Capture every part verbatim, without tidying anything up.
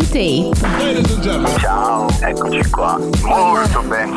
Tape. Ciao, eccoci qua. Molto bene.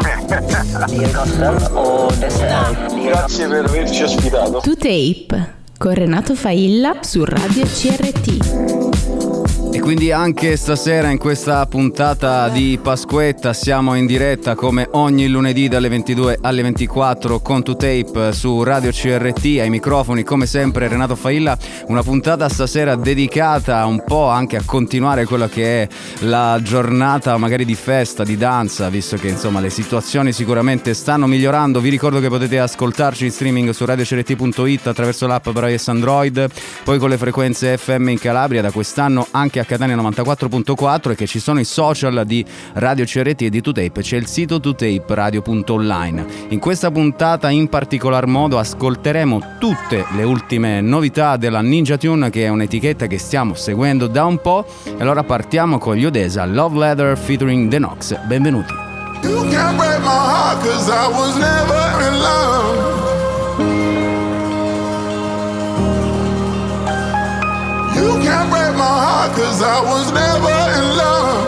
Grazie per averci ospitato. To Tape con Renato Failla su Radio C R T. E quindi anche stasera in questa puntata di Pasquetta siamo in diretta come ogni lunedì dalle ventidue alle ventiquattro con To Tape su Radio C R T. Ai microfoni come sempre Renato Failla, una puntata stasera dedicata un po' anche a continuare quella che è la giornata magari di festa, di danza, visto che insomma le situazioni sicuramente stanno migliorando. Vi ricordo che potete ascoltarci in streaming su radio c r t punto it attraverso l'app per iOS Android, poi con le frequenze F M in Calabria, da quest'anno anche a Catania novantaquattro virgola quattro, e che ci sono i social di Radio C R T e di To Tape. C'è il sito to tape radio punto online. In questa puntata in particolar modo ascolteremo tutte le ultime novità della Ninja Tune, che è un'etichetta che stiamo seguendo da un po', e allora partiamo con gli Odessa, Love Letter featuring The Knox. Benvenuti. You can't break my heart 'cause I was never in love. You can't break my heart 'cause I was never in love.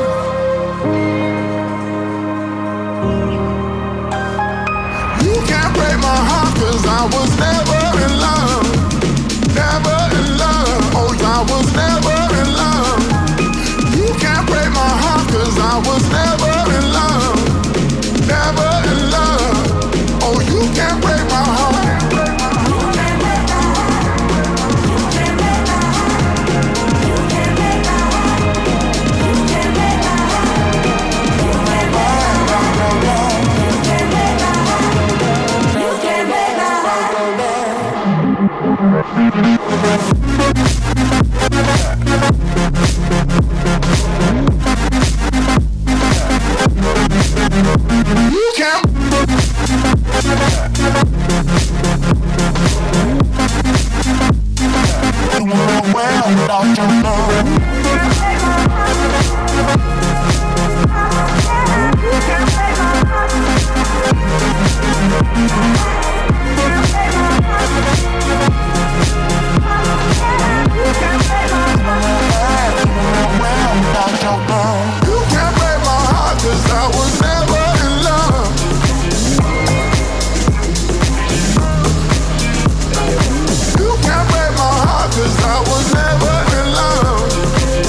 You can't break my heart 'cause I was never in love. Never in love. Oh, I was never in love. You can't break my heart 'cause I was never in love. Never in love. Oh, you can't break my heart. You can't. You wanna well without your love. You can't take my heart. You can't break my heart 'cause I was never in love. You can't break my heart 'cause I was never in love.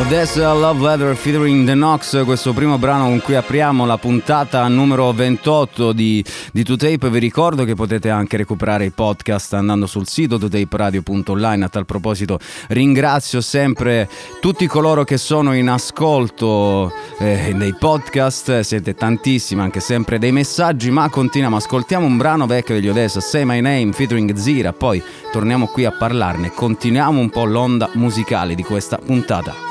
Odessa Love Letter featuring The Knox, questo primo brano con cui apriamo la puntata numero ventotto di, di two tape. Vi ricordo che potete anche recuperare i podcast andando sul sito two tape radio punto online. A tal proposito ringrazio sempre tutti coloro che sono in ascolto eh, dei podcast, siete tantissimi, anche sempre dei messaggi, ma continuiamo, ascoltiamo un brano vecchio degli Odessa, Say My Name featuring Zira, poi torniamo qui a parlarne, continuiamo un po' l'onda musicale di questa puntata.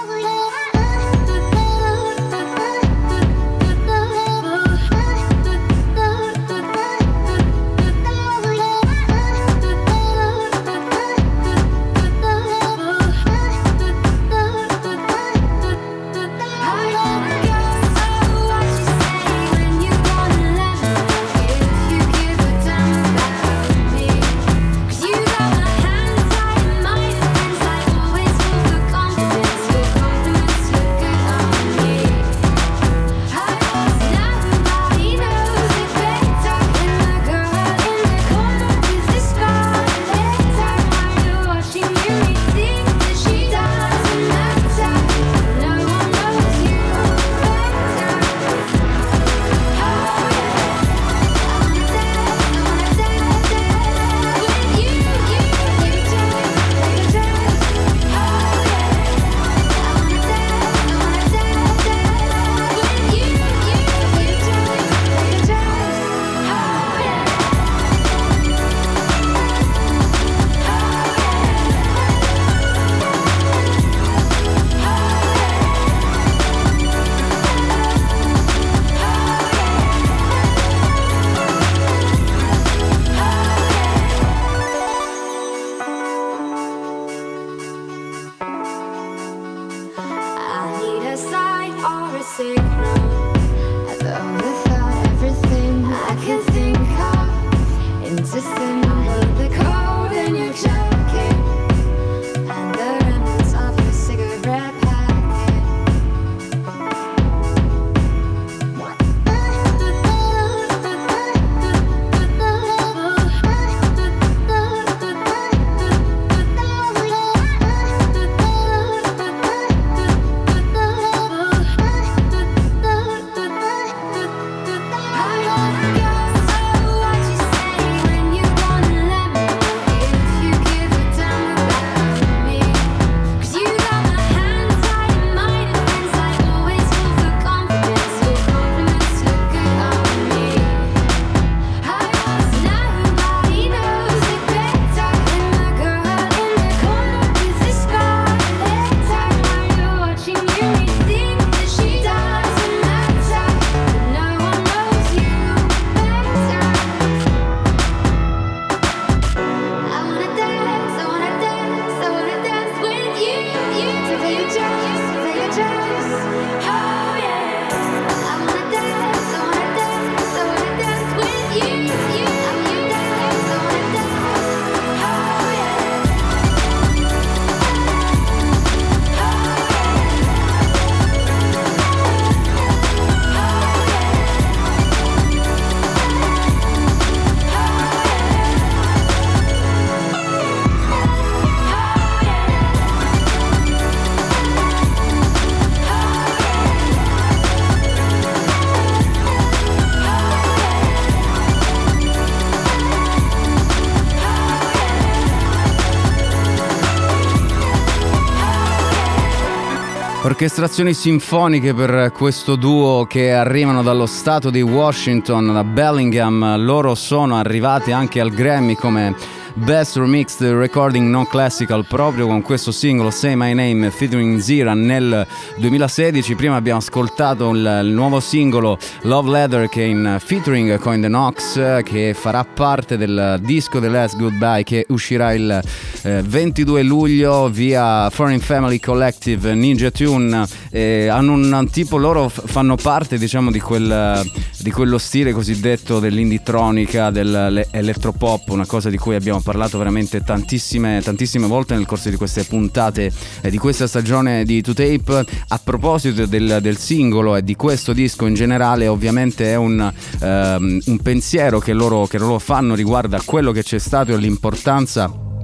Orchestrazioni sinfoniche per questo duo che arrivano dallo stato di Washington, da Bellingham. Loro sono arrivati anche al Grammy come Best Remixed Recording Non Classical proprio con questo singolo Say My Name featuring Zira nel duemilasedici. Prima abbiamo ascoltato il, il nuovo singolo Love Letter che è in featuring con The Knox, che farà parte del disco The Last Goodbye che uscirà il eh, ventidue luglio via Foreign Family Collective Ninja Tune. Eh, hanno un tipo, loro f- fanno parte diciamo di quel di quello stile cosiddetto dell'indie-tronica, dell'elettropop, una cosa di cui abbiamo parlato veramente tantissime tantissime volte nel corso di queste puntate eh, di questa stagione di two tape. A proposito del, del singolo e di questo disco in generale, ovviamente è un, um, un pensiero che loro, che loro fanno riguardo a quello che c'è stato e l'importanza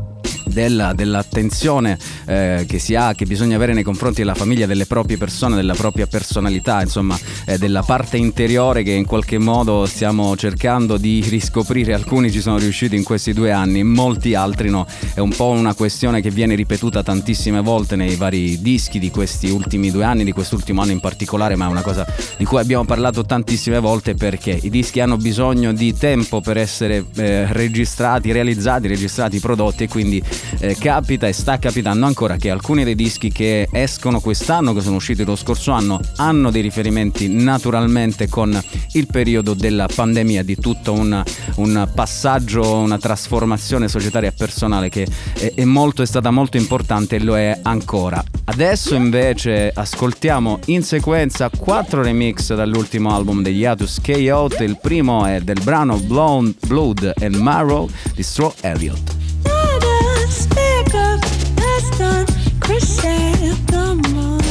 Della, dell'attenzione eh, che si ha, che bisogna avere nei confronti della famiglia, delle proprie persone, della propria personalità, insomma eh, della parte interiore che in qualche modo stiamo cercando di riscoprire. Alcuni ci sono riusciti in questi due anni, molti altri no. È un po' una questione che viene ripetuta tantissime volte nei vari dischi di questi ultimi due anni, di quest'ultimo anno in particolare, ma è una cosa di cui abbiamo parlato tantissime volte, perché i dischi hanno bisogno di tempo per essere eh, registrati, realizzati, registrati, prodotti, e quindi Eh, capita e sta capitando ancora che alcuni dei dischi che escono quest'anno, che sono usciti lo scorso anno, hanno dei riferimenti naturalmente con il periodo della pandemia, di tutto un, un passaggio, una trasformazione societaria e personale che è, è molto, è stata molto importante e lo è ancora. Adesso invece ascoltiamo in sequenza quattro remix dall'ultimo album degli Hiatus Keyot. Il primo è del brano Blown Blood and Marrow di Straw Elliott. Speak up, that's done. Chris said the more.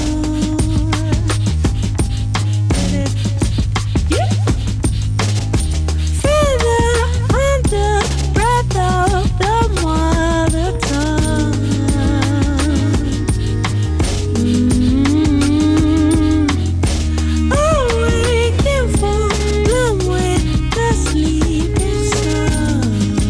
Yeah. Further under breath of the mother tongue. Mm-hmm. Awaken for bloom with the sleeping sun.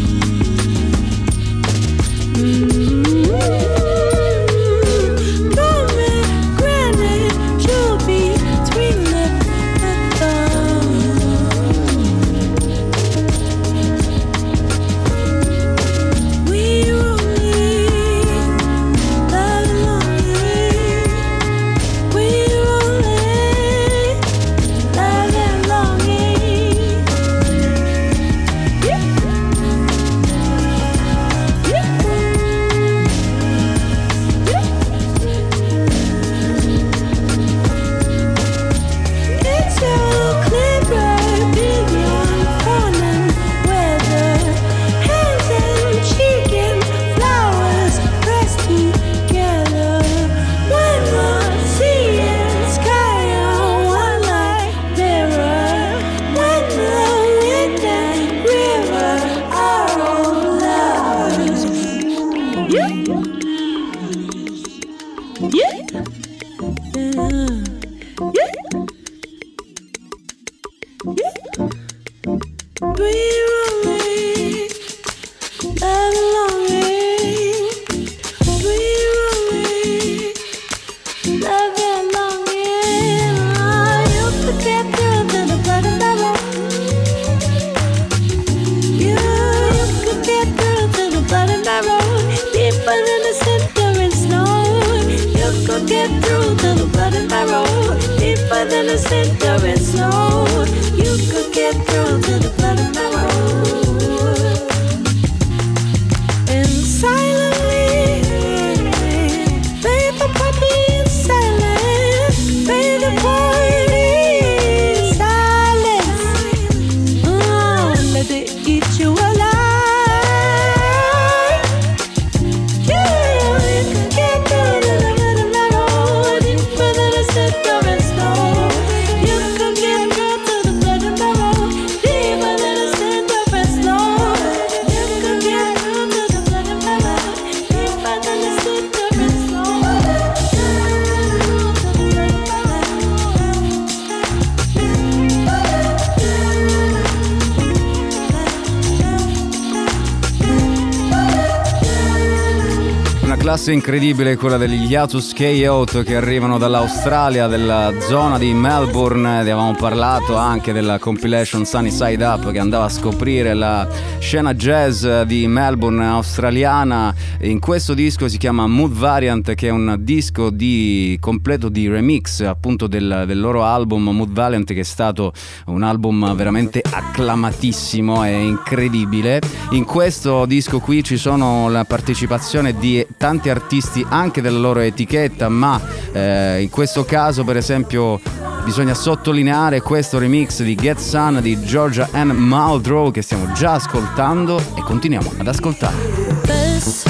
Classe incredibile quella degli Hiatus Keyot che arrivano dall'Australia, della zona di Melbourne. Ne avevamo parlato anche della compilation Sunny Side Up che andava a scoprire la scena jazz di Melbourne australiana. In questo disco si chiama Mood Variant, che è un disco di completo di remix appunto del, del loro album Mood Variant, che è stato un album veramente acclamatissimo e incredibile. In questo disco qui ci sono la partecipazione di tanti artisti anche della loro etichetta, ma eh, in questo caso per esempio bisogna sottolineare questo remix di Get Sun di Georgia Ann Muldrow che stiamo già ascoltando e continuiamo ad ascoltare. This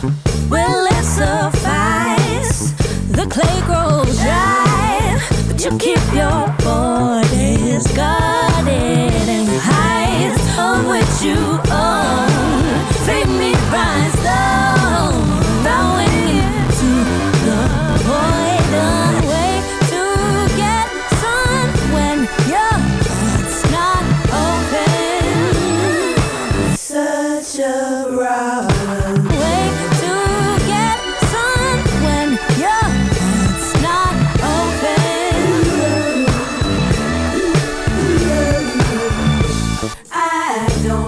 will suffice. The clay grows dry, but you keep your bodies guarded and heights on which you own. Free me rise down.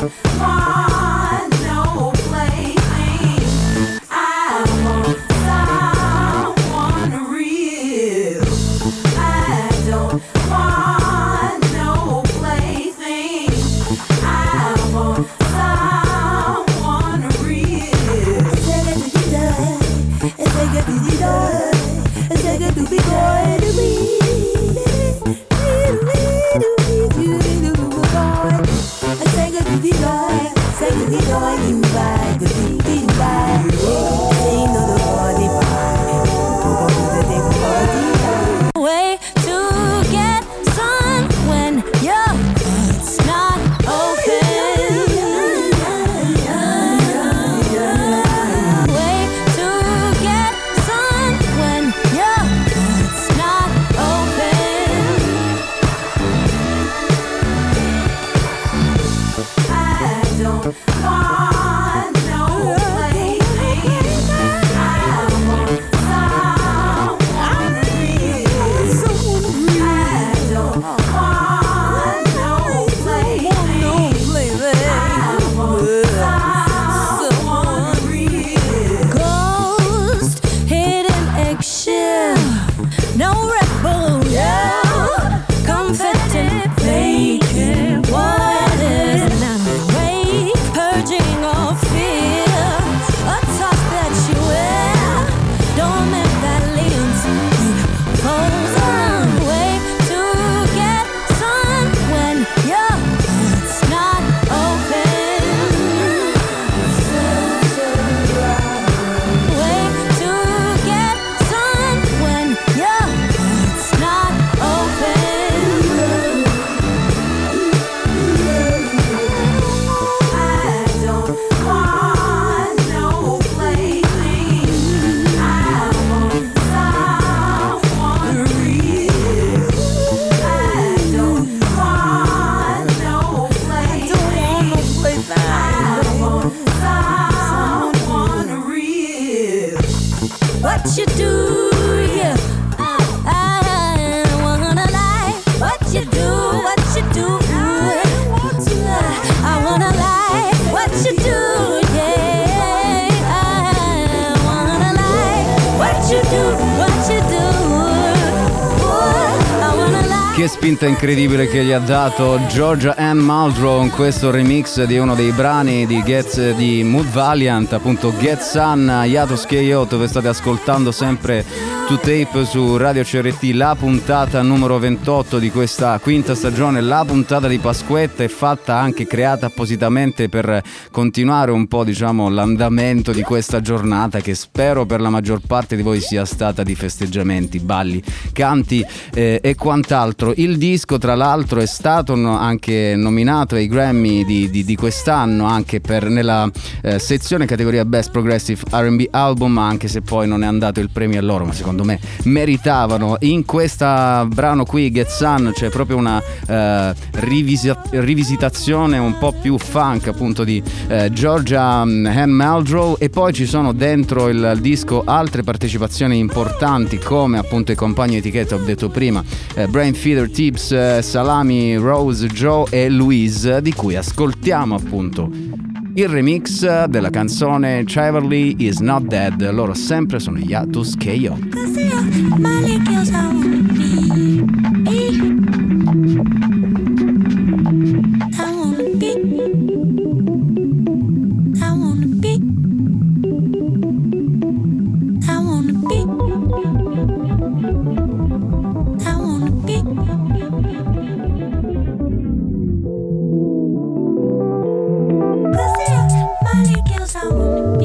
Che spinta incredibile che gli ha dato Georgia Ann Muldrow in questo remix di uno dei brani di, Get, di Mood Valiant, appunto Get Sun, Yatos K O, dove state ascoltando sempre To Tape su Radio C R T, la puntata numero ventotto di questa quinta stagione, la puntata di Pasquetta è fatta anche, creata appositamente per continuare un po', diciamo, l'andamento di questa giornata che spero per la maggior parte di voi sia stata di festeggiamenti, balli, canti eh, e quant'altro. Il disco, tra l'altro, è stato no, anche nominato ai Grammy di, di, di quest'anno, anche per nella eh, sezione categoria Best Progressive R and B Album, anche se poi non è andato il premio a loro, ma secondo me meritavano. In questo brano qui, Get Sun, c'è proprio una eh, rivisi- rivisitazione un po' più funk, appunto, di eh, Georgia Ann Muldrow, e poi ci sono dentro il, il disco altre partecipazioni importanti, come appunto i compagni etichetta, ho detto prima, eh, Brain Feeder, Tips, eh, Salami, Rose, Joe e Louise, di cui ascoltiamo appunto il remix della canzone Chivalry Is Not Dead. Loro sempre sono Yatus K O.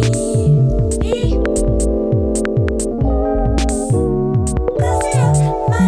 My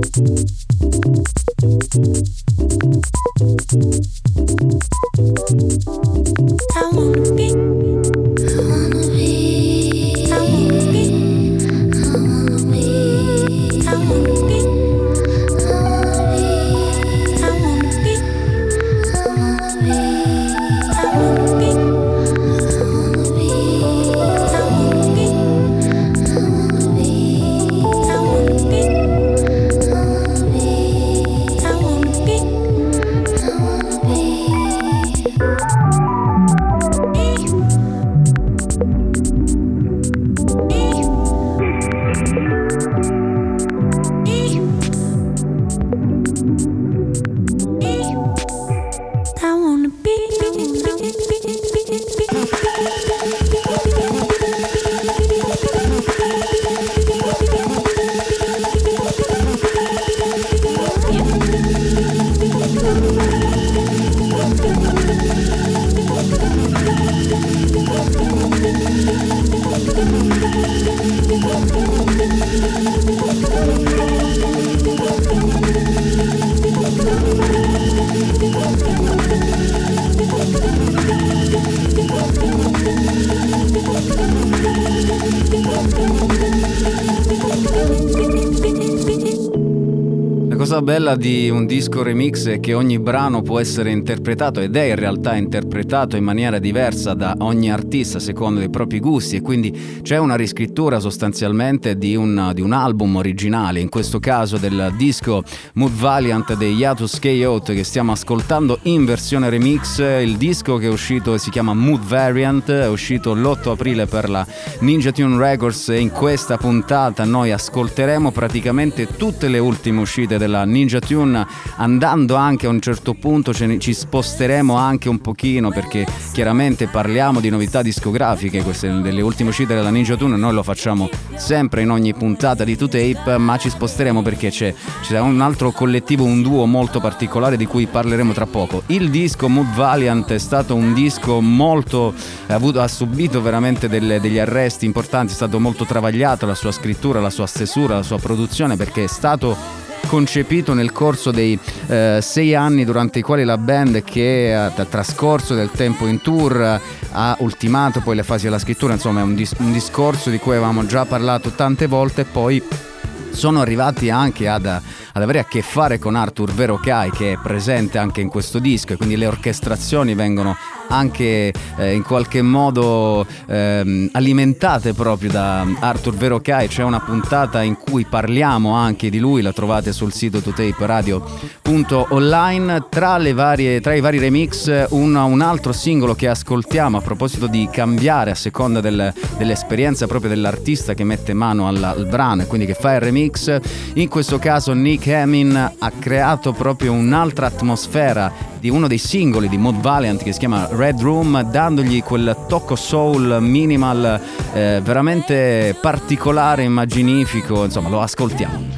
cosa bella di un disco remix è che ogni brano può essere interpretato, ed è in realtà interpretato in maniera diversa da ogni artista secondo i propri gusti, e quindi c'è una riscrittura sostanzialmente di un, di un album originale, in questo caso del disco Mood Valiant dei Hiatus Keyot, che stiamo ascoltando in versione remix. Il disco che è uscito si chiama Mood Variant, è uscito l'otto aprile per la Ninja Tune Records, e in questa puntata noi ascolteremo praticamente tutte le ultime uscite della Ninja Tune, andando anche a un certo punto ce ne, ci sposteremo anche un pochino, perché chiaramente parliamo di novità discografiche, queste delle ultime uscite della Ninja Tune, noi lo facciamo sempre in ogni puntata di To Tape, ma ci sposteremo perché c'è, c'è un altro collettivo, un duo molto particolare di cui parleremo tra poco. Il disco Mood Valiant è stato un disco molto ha, avuto, ha subito veramente delle, degli arresti importanti, è stato molto travagliato, la sua scrittura, la sua stesura, la sua produzione, perché è stato concepito nel corso dei eh, sei anni durante i quali la band, che ha trascorso del tempo in tour, ha ultimato poi le fasi della scrittura. Insomma è un, dis- un discorso di cui avevamo già parlato tante volte. Poi sono arrivati anche ad, ad avere a che fare con Arthur Verocai, che è presente anche in questo disco, e quindi le orchestrazioni vengono anche eh, in qualche modo eh, alimentate proprio da Arthur Verocai. C'è una puntata in cui parliamo anche di lui, la trovate sul sito to tape radio punto online. Tra le varie tra i vari remix, un, un altro singolo che ascoltiamo, a proposito di cambiare a seconda del, dell'esperienza proprio dell'artista che mette mano al, al brano e quindi che fa il remix. In questo caso Nick Hamin ha creato proprio un'altra atmosfera di uno dei singoli di Mood Valiant, che si chiama Red Room, dandogli quel tocco soul minimal eh, veramente particolare, immaginifico. Insomma, lo ascoltiamo.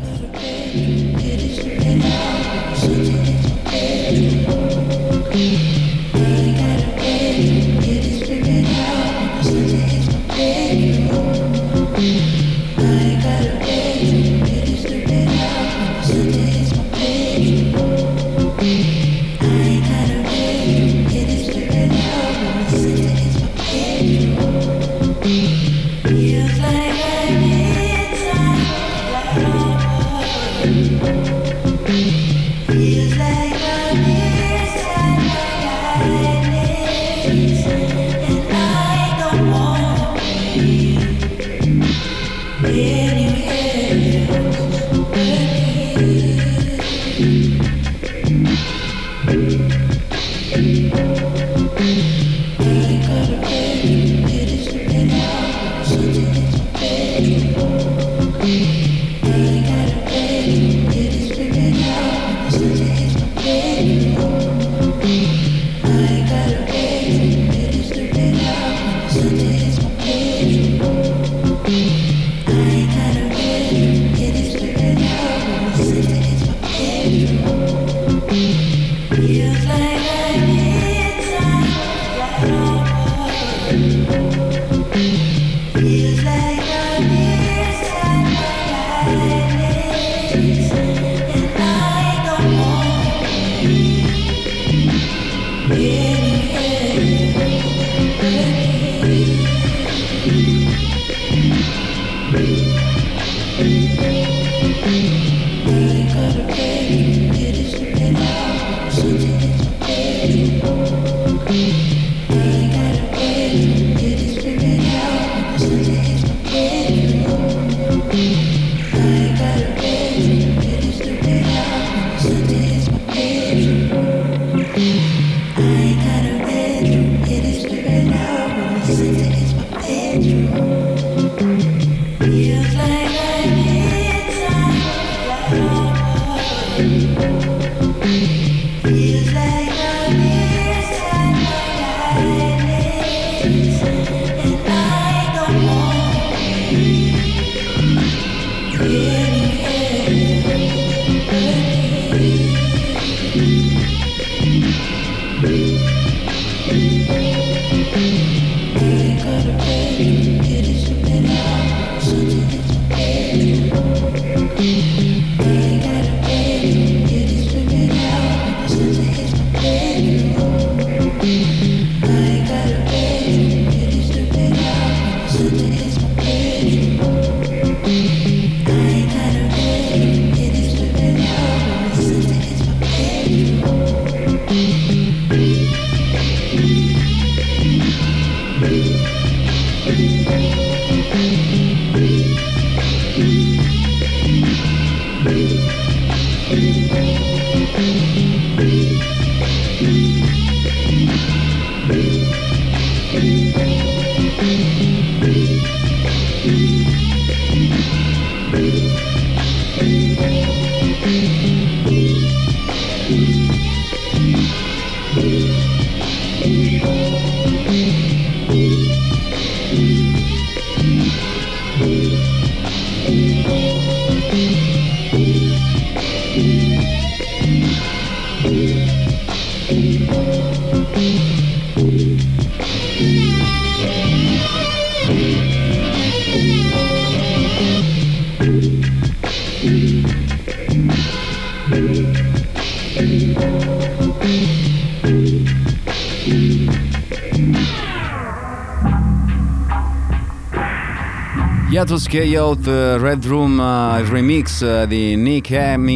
You play with me, it's like Yatus K-Out Red Room, uh, il remix uh, di Nick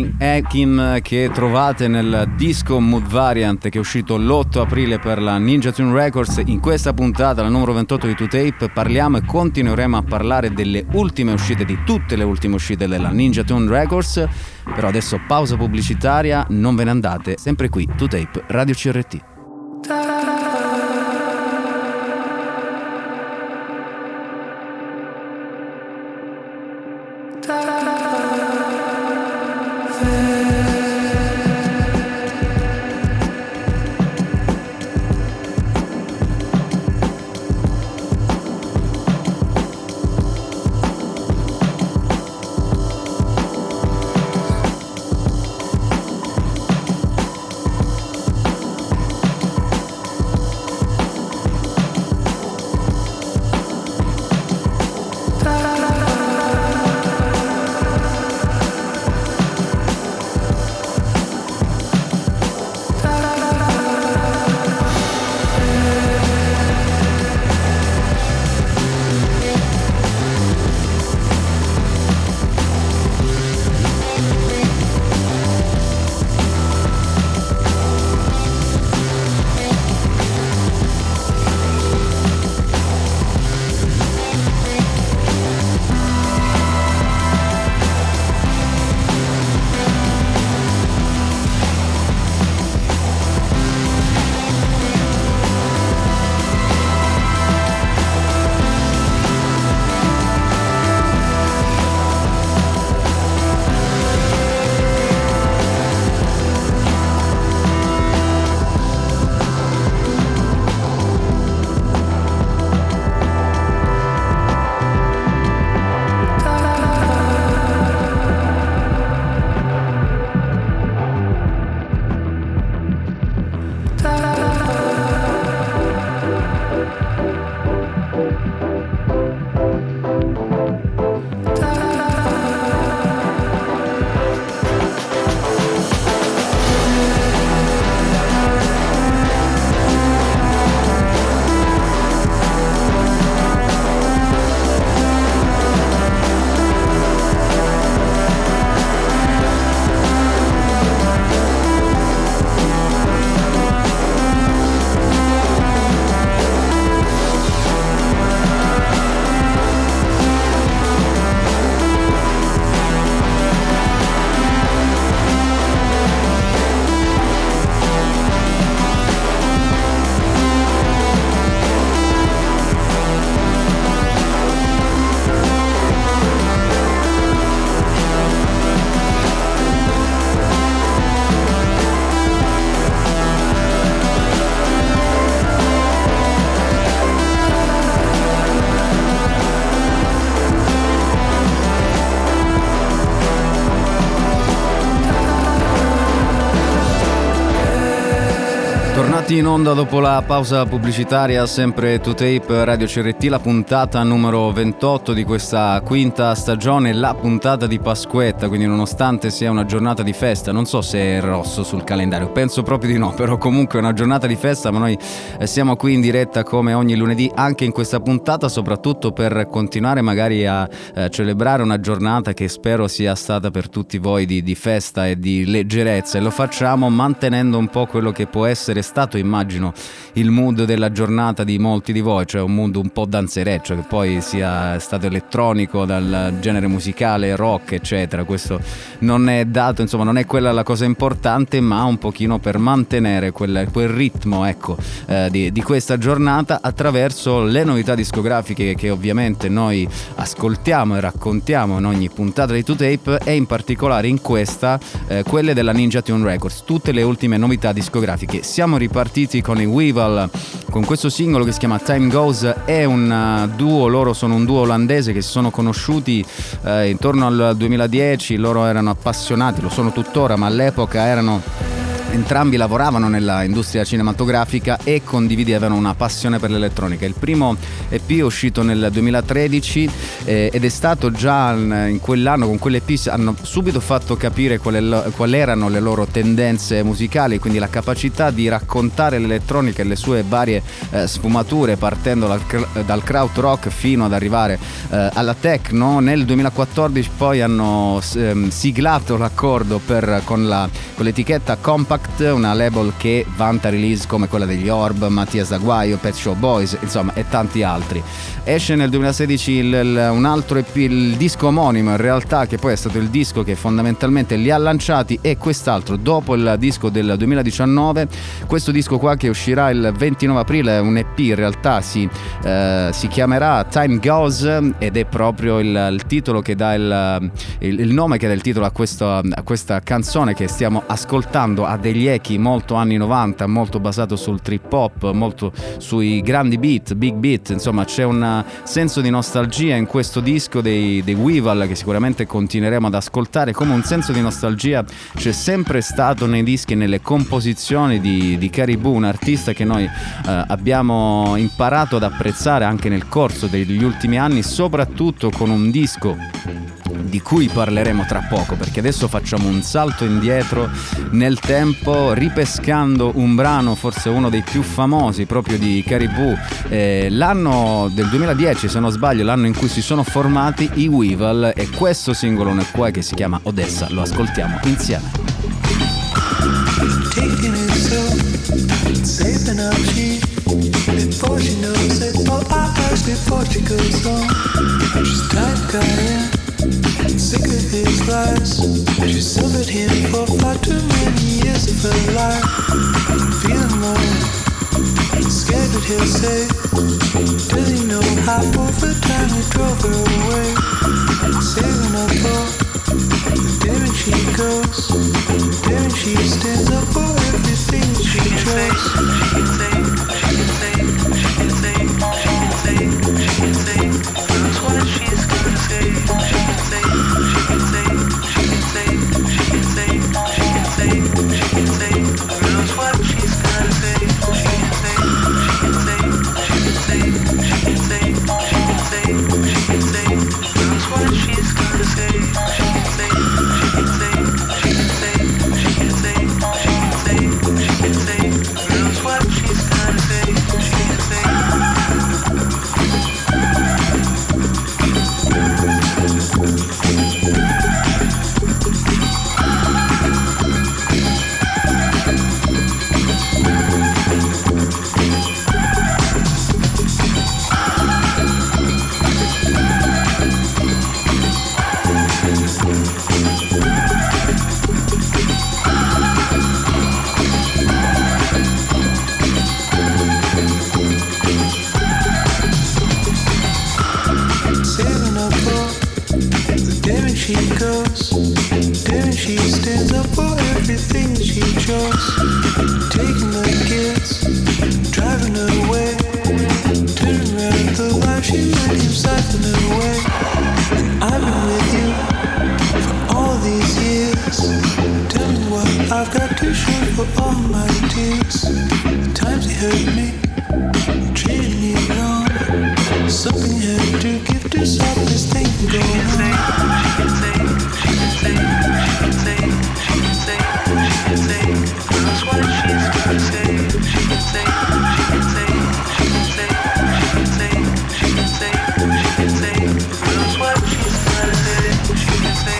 Hakim che trovate nel disco Mood Variant che è uscito l'otto aprile per la Ninja Tune Records. In questa puntata, la numero ventotto di two tape, parliamo e continueremo a parlare delle ultime uscite, di tutte le ultime uscite della Ninja Tune Records. Però adesso pausa pubblicitaria, non ve ne andate, sempre qui two tape Radio C R T. Tornati in onda dopo la pausa pubblicitaria, sempre To Tape Radio C R T, la puntata numero ventotto di questa quinta stagione, la puntata di Pasquetta, quindi nonostante sia una giornata di festa, non so se è rosso sul calendario, penso proprio di no, però comunque è una giornata di festa, ma noi siamo qui in diretta come ogni lunedì anche in questa puntata, soprattutto per continuare magari a eh, celebrare una giornata che spero sia stata per tutti voi di, di festa e di leggerezza, e lo facciamo mantenendo un po' quello che può essere stato, immagino, il mood della giornata di molti di voi, cioè un mood un po' danzereccio, che poi sia stato elettronico, dal genere musicale, rock eccetera. Questo non è dato, insomma non è quella la cosa importante, ma un pochino per mantenere quel, quel ritmo, ecco, eh, di, di questa giornata attraverso le novità discografiche che ovviamente noi ascoltiamo e raccontiamo in ogni puntata di To Tape, e in particolare in questa eh, quelle della Ninja Tune Records, tutte le ultime novità discografiche. Siamo ripartiti con i Weevil, con questo singolo che si chiama Time Goes. È un duo, loro sono un duo olandese che si sono conosciuti eh, intorno al duemiladieci, loro erano appassionati, lo sono tuttora, ma all'epoca erano entrambi lavoravano nella industria cinematografica e condividevano una passione per l'elettronica. Il primo E P è uscito nel duemilatredici eh, ed è stato già in quell'anno, con quell'E P hanno subito fatto capire qual, qual erano le loro tendenze musicali, quindi la capacità di raccontare l'elettronica e le sue varie eh, sfumature, partendo dal, dal krautrock fino ad arrivare eh, alla techno. Nel duemilaquattordici poi hanno eh, siglato l'accordo per, con, la, con l'etichetta Compact, una label che vanta release come quella degli Orb, Mattias Aguayo, Pet Shop Boys, insomma, e tanti altri. Esce nel duemilasedici il, il, un altro E P, il disco omonimo in realtà, che poi è stato il disco che fondamentalmente li ha lanciati, e quest'altro dopo il disco del duemiladiciannove. Questo disco qua che uscirà il ventinove aprile è un E P, in realtà si, eh, si chiamerà Time Goes, ed è proprio il, il titolo che dà il, il, il nome che dà il titolo a, questo, a questa canzone che stiamo ascoltando. Ha degli echi molto anni novanta, molto basato sul trip hop, molto sui grandi beat, big beat, insomma c'è un senso di nostalgia in questo disco dei, dei Weevil, che sicuramente continueremo ad ascoltare, come un senso di nostalgia c'è sempre stato nei dischi e nelle composizioni di, di Caribou, un artista che noi eh, abbiamo imparato ad apprezzare anche nel corso degli ultimi anni, soprattutto con un disco di cui parleremo tra poco, perché adesso facciamo un salto indietro nel tempo, ripescando un brano, forse uno dei più famosi proprio di Caribou, eh, l'anno del duemiladieci se non sbaglio, l'anno in cui si sono formati i Weevil, e questo singolo nel qua che si chiama Odessa, lo ascoltiamo insieme. Taking it slow, saving up cheap, before she knows it, for hours before she goes on. She's tight guy, sick of his lies. She suffered him for far too many years of her life. Feeling low, scared what he'll say. Does he know how over time he drove her away? Saving up for the day when she goes, the day when she stands up for everything that she chose. She can say, she can say, she can say, she can say, she can say, knows what she's gonna say. She can say, she can say, she can say, she can say, she can say, she can say, knows what she's gonna say. She can say, she can say, she can say, she can say, she can say, she can say, knows what she's gonna say. She can say, she can say, she can say, she can say, she can say, she can say, knows what she's gonna say. She can say. She goes, then she stands up for everything that she chose. Taking the kids, driving her away, turning around the life she let him siphon away. I've been with you for all these years. Tell me what I've got to show for all my tears. hurt me, treated me wrong. Something had to give to stop this thing from going on. She can say, she can say, she can say, she can say, she can say, that's what she's gonna say. She can say, she can say, she can say, she can say, she can say, she can say, that's what she's gonna say. She can say.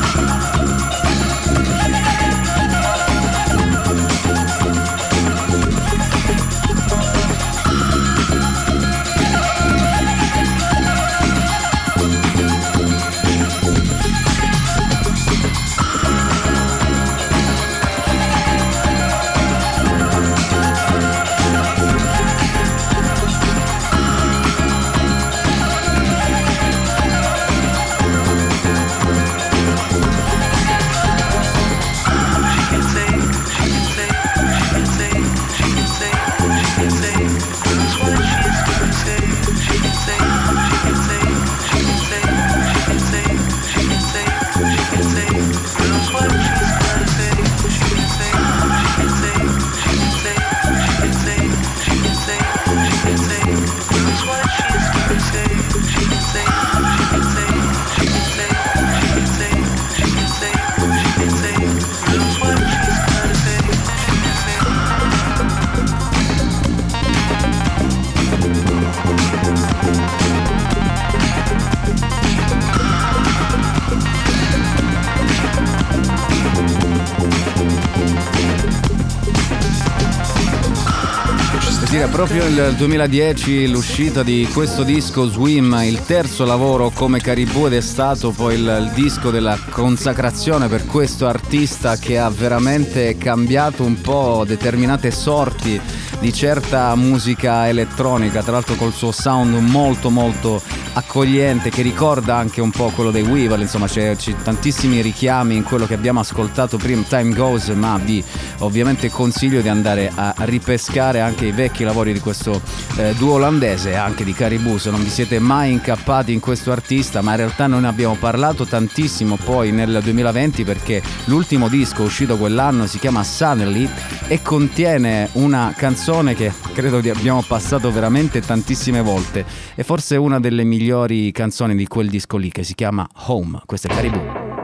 Proprio nel duemiladieci l'uscita di questo disco Swim, il terzo lavoro come Caribou, ed è stato poi il, il disco della consacrazione per questo artista che ha veramente cambiato un po' determinate sorti di certa musica elettronica, tra l'altro col suo sound molto molto accogliente che ricorda anche un po' quello dei Weevil. Insomma c'è, c'è tantissimi richiami in quello che abbiamo ascoltato prima, Time Goes, ma vi ovviamente consiglio di andare a ripescare anche i vecchi lavori di questo eh, duo olandese, anche di Caribou, se non vi siete mai incappati in questo artista. Ma in realtà noi ne abbiamo parlato tantissimo poi nel duemilaventi, perché l'ultimo disco uscito quell'anno si chiama Suddenly e contiene una canzone che credo che abbiamo passato veramente tantissime volte, e forse una delle migliori canzoni di quel disco lì, che si chiama Home. Questo è Caribou.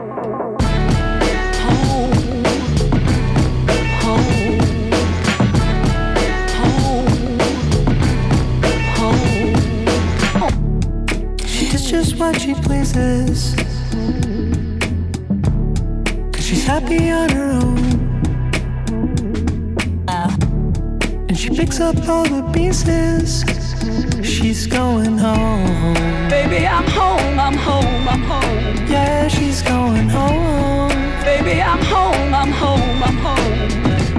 What she pleases, 'cause she's happy on her own, and she picks up all the pieces. She's going home. Baby, I'm home, I'm home, I'm home. Yeah, she's going home. Baby, I'm home, I'm home, I'm home.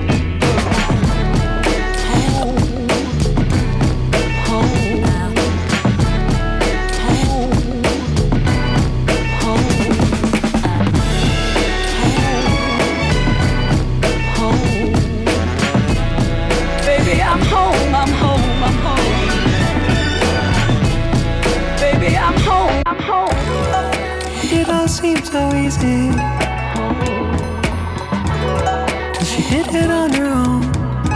It all seems so easy till she did it on her own.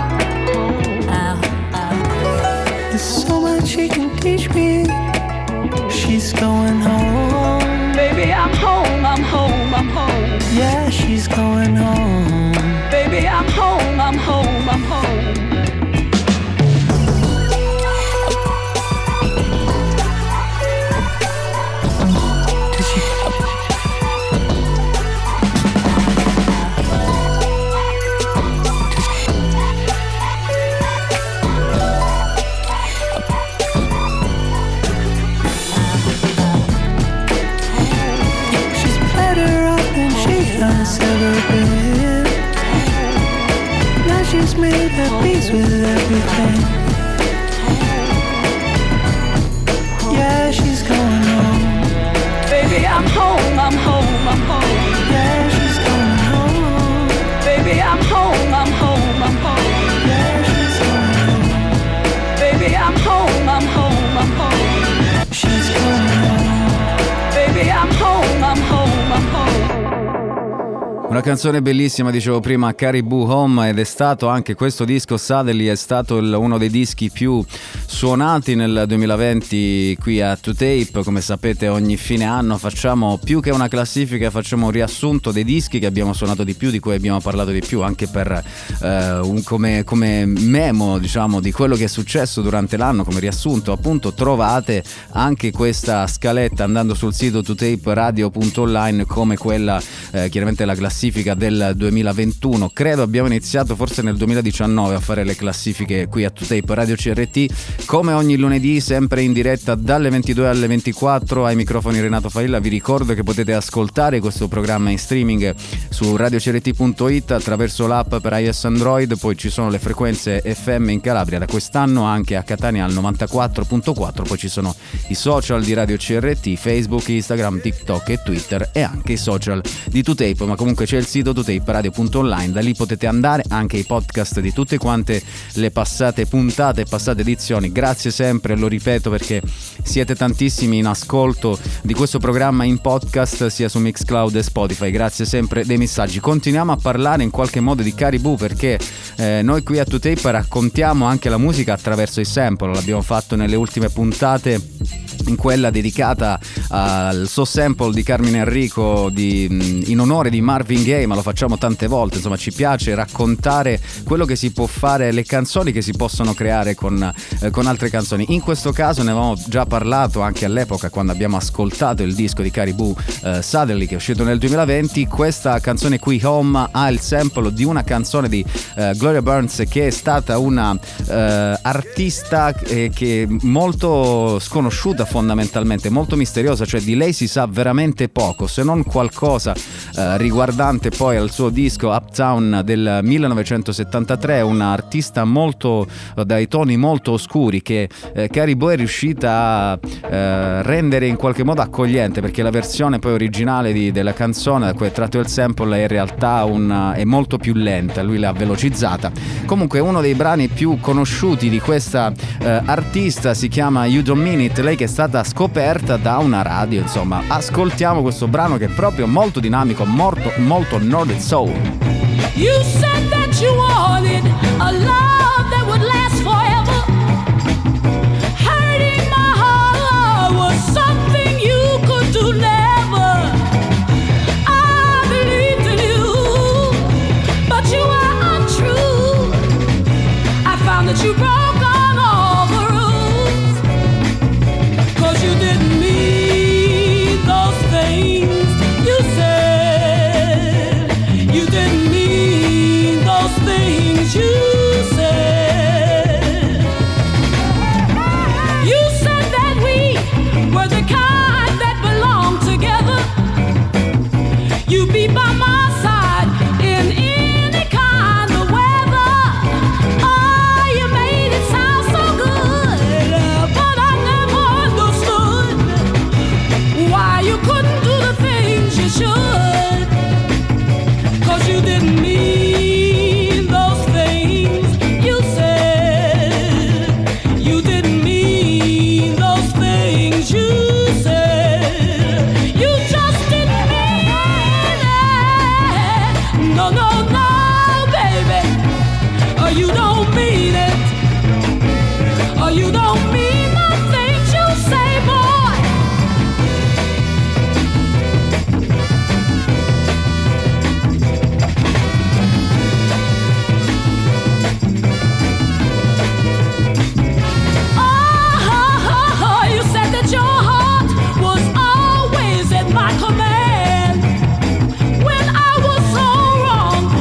There's so much she can teach me. She's going home. Baby, I'm home, I'm home, I'm home. Yeah, she's going home. Baby, I'm home, I'm home, I'm home. She's made at peace with everything. Yeah, she's going home. Baby, I'm home, I'm home, I'm home. Yeah, she's going home. Baby, I'm home, I'm home, I'm home. Yeah, she's going home. Baby, I'm home, I'm home, I'm home. She's going home. Baby, I'm home, I'm home, I'm home. Una canzone bellissima, dicevo prima, Caribou Home, ed è stato anche questo disco Suddenly, è stato il, uno dei dischi più suonati nel duemilaventi qui a To Tape. Come sapete ogni fine anno facciamo più che una classifica, facciamo un riassunto dei dischi che abbiamo suonato di più, di cui abbiamo parlato di più, anche per eh, un, come, come memo, diciamo, di quello che è successo durante l'anno, come riassunto. Appunto trovate anche questa scaletta andando sul sito to tape radio punto online, come quella eh, chiaramente la classifica del duemilaventuno. Credo abbiamo iniziato forse nel duemiladiciannove a fare le classifiche qui a To Tape Radio C R T, come ogni lunedì, sempre in diretta dalle ventidue alle ventiquattro. Ai microfoni Renato Failla. Vi ricordo che potete ascoltare questo programma in streaming su radio c r t punto i t attraverso l'app per iOS Android. Poi ci sono le frequenze F M in Calabria, da quest'anno anche a Catania al novantaquattro virgola quattro. Poi ci sono i social di Radio C R T, Facebook, Instagram, TikTok e Twitter, e anche i social di To Tape. Ma comunque c'è il sito to tape radio punto online, da lì potete andare anche i podcast di tutte quante le passate puntate e passate edizioni. Grazie sempre, lo ripeto, perché siete tantissimi in ascolto di questo programma in podcast sia su Mixcloud e Spotify. Grazie sempre dei messaggi. Continuiamo a parlare in qualche modo di Caribou, perché eh, noi qui a To Tape raccontiamo anche la musica attraverso i sample. L'abbiamo fatto nelle ultime puntate, in quella dedicata al So Sample di Carmine Enrico di, in onore di Marvin Gaye, ma lo facciamo tante volte. Insomma, ci piace raccontare quello che si può fare, le canzoni che si possono creare con, eh, con altre canzoni. In questo caso ne avevamo già parlato anche all'epoca, quando abbiamo ascoltato il disco di Caribou eh, Suddenly, che è uscito nel duemilaventi. Questa canzone qui, Home, ha il sample di una canzone di eh, Gloria Burns, che è stata una eh, artista eh, che è molto sconosciuta, fondamentalmente molto misteriosa. Cioè di lei si sa veramente poco, se non qualcosa eh, riguardante poi al suo disco Uptown del millenovecentosettantatré. Una artista molto eh, dai toni molto oscuri, che eh, Caribou è riuscita a eh, rendere in qualche modo accogliente, perché la versione poi originale di, della canzone da cui è tratto il sample è in realtà una, è molto più lenta, lui l'ha velocizzata. Comunque uno dei brani più conosciuti di questa eh, artista si chiama You Don't Mean It, lei che è stata scoperta da una radio. Insomma, ascoltiamo questo brano che è proprio molto dinamico, molto, molto Northern Soul. You said that you wanted a love that would last forever. Hurting my heart was something you could do never. I believed in you, but you were untrue. I found that you broke on all the rules, 'cause you didn't mean those things you said. You didn't mean those things you said. You said that we were the kind that belonged together. You'd be by my side in any kind of weather. Oh, you made it sound so good, but I never understood why you couldn't do the things you should. 'Cause you didn't mean those things you said. You didn't mean those things you said. You just didn't mean it. No, no, no, baby. Oh, you don't mean it. Oh, you don't mean the things you say, boy. Oh, you said that your heart was always at my command. When I was so wrong,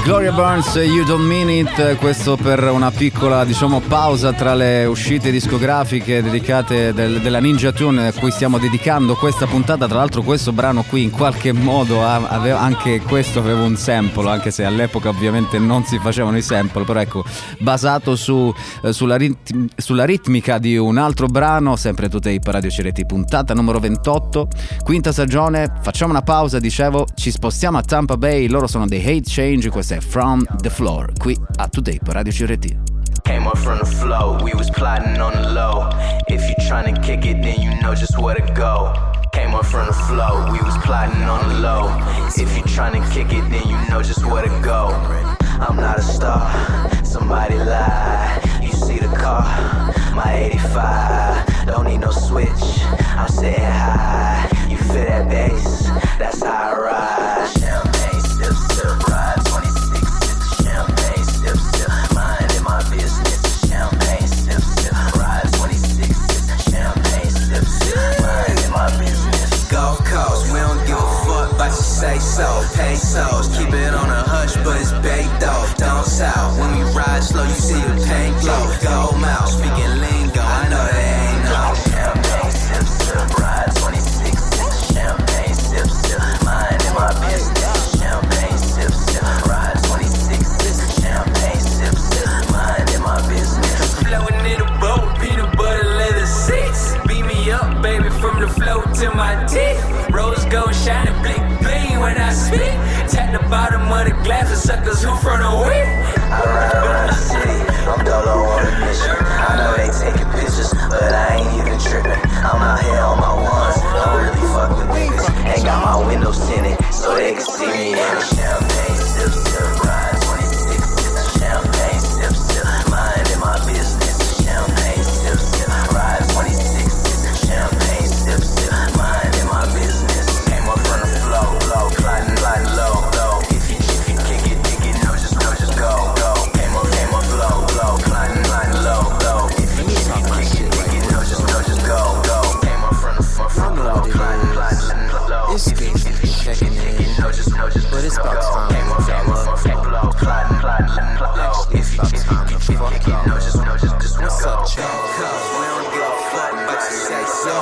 Gloria Burns, You Don't Mean It, questo per una piccola, diciamo, pausa tra le uscite discografiche dedicate del, della Ninja Tune a cui stiamo dedicando questa puntata. Tra l'altro questo brano qui in qualche modo aveva, anche questo aveva un sample, anche se all'epoca ovviamente non si facevano i sample, però ecco, basato su, eh, sulla, rit- sulla ritmica di un altro brano, sempre To Tape Radio C R T, puntata numero ventotto, quinta stagione. Facciamo una pausa, dicevo, ci spostiamo a Tampa Bay, loro sono dei Hate Change, questo è From the Floor, qui a To Tape Radio C R T. Came up from the flow, we was plotting on the low. If you tryna kick it, then you know just where to go. Came up from the flow, we was plotting on the low. If you tryna kick it, then you know just where to go. I'm not a star, somebody lie. You see the car, my eighty-five. Don't need no switch, I'm sitting high. You feel that bass, that's how I ride. Champagne, sip, sip, ride. twenty-six, sip, champagne, sip, sip. Minding my business, champagne, sip, sip. Ride twenty-six, sip, champagne, sip, sip. Minding my business. Gulf Coast, we don't give a fuck, but you say so. Pesos, keep it on a hush, but it's baked though. Down south, when we ride slow, you see the paint glow. Gold mouth, speaking lingo, I know they ain't no. Champagne, sip, sip. Ride twenty-six, sip, champagne, sip, sip. Minding my business, champagne, sip, sip. Ride twenty-six, sip, champagne, sip, sip. Minding my business. Flowing in a boat, peanut butter leather seats. Beat me up, baby, from the floor to my teeth. Rose gold shining, bling bling when I speak. Tap the bottom of the glass for suckers who from the week. I ride around the city, I'm dolo on a mission. I know they taking pictures, but I ain't even tripping. I'm out here on my ones, don't really fuck with niggas. Ain't got my windows tinted, so they can see me in it. Champagne, sip, sip, ride twenty-six, sip, champagne, sip, sip. Minding my business, champagne, sip, sip. Ride twenty-six, sip, champagne, sip, sip. Minding my business. Came up from the flow, low, gliding, gliding low, low. If you, if you kick it, dig it, no, just, no, just go, go. Came up, came up low, low, gliding, gliding low, low. If you, if you kick it, dig it, no, just, no, just go, go. Came up from the from the low, gliding, gliding low. It's game checking in, but it's about time. Came up, came up from the low, gliding, gliding low. If you, if you, if you kick it, no, just, no, just, just What's go, up, go. champ? We don't give a fuck, but you say so.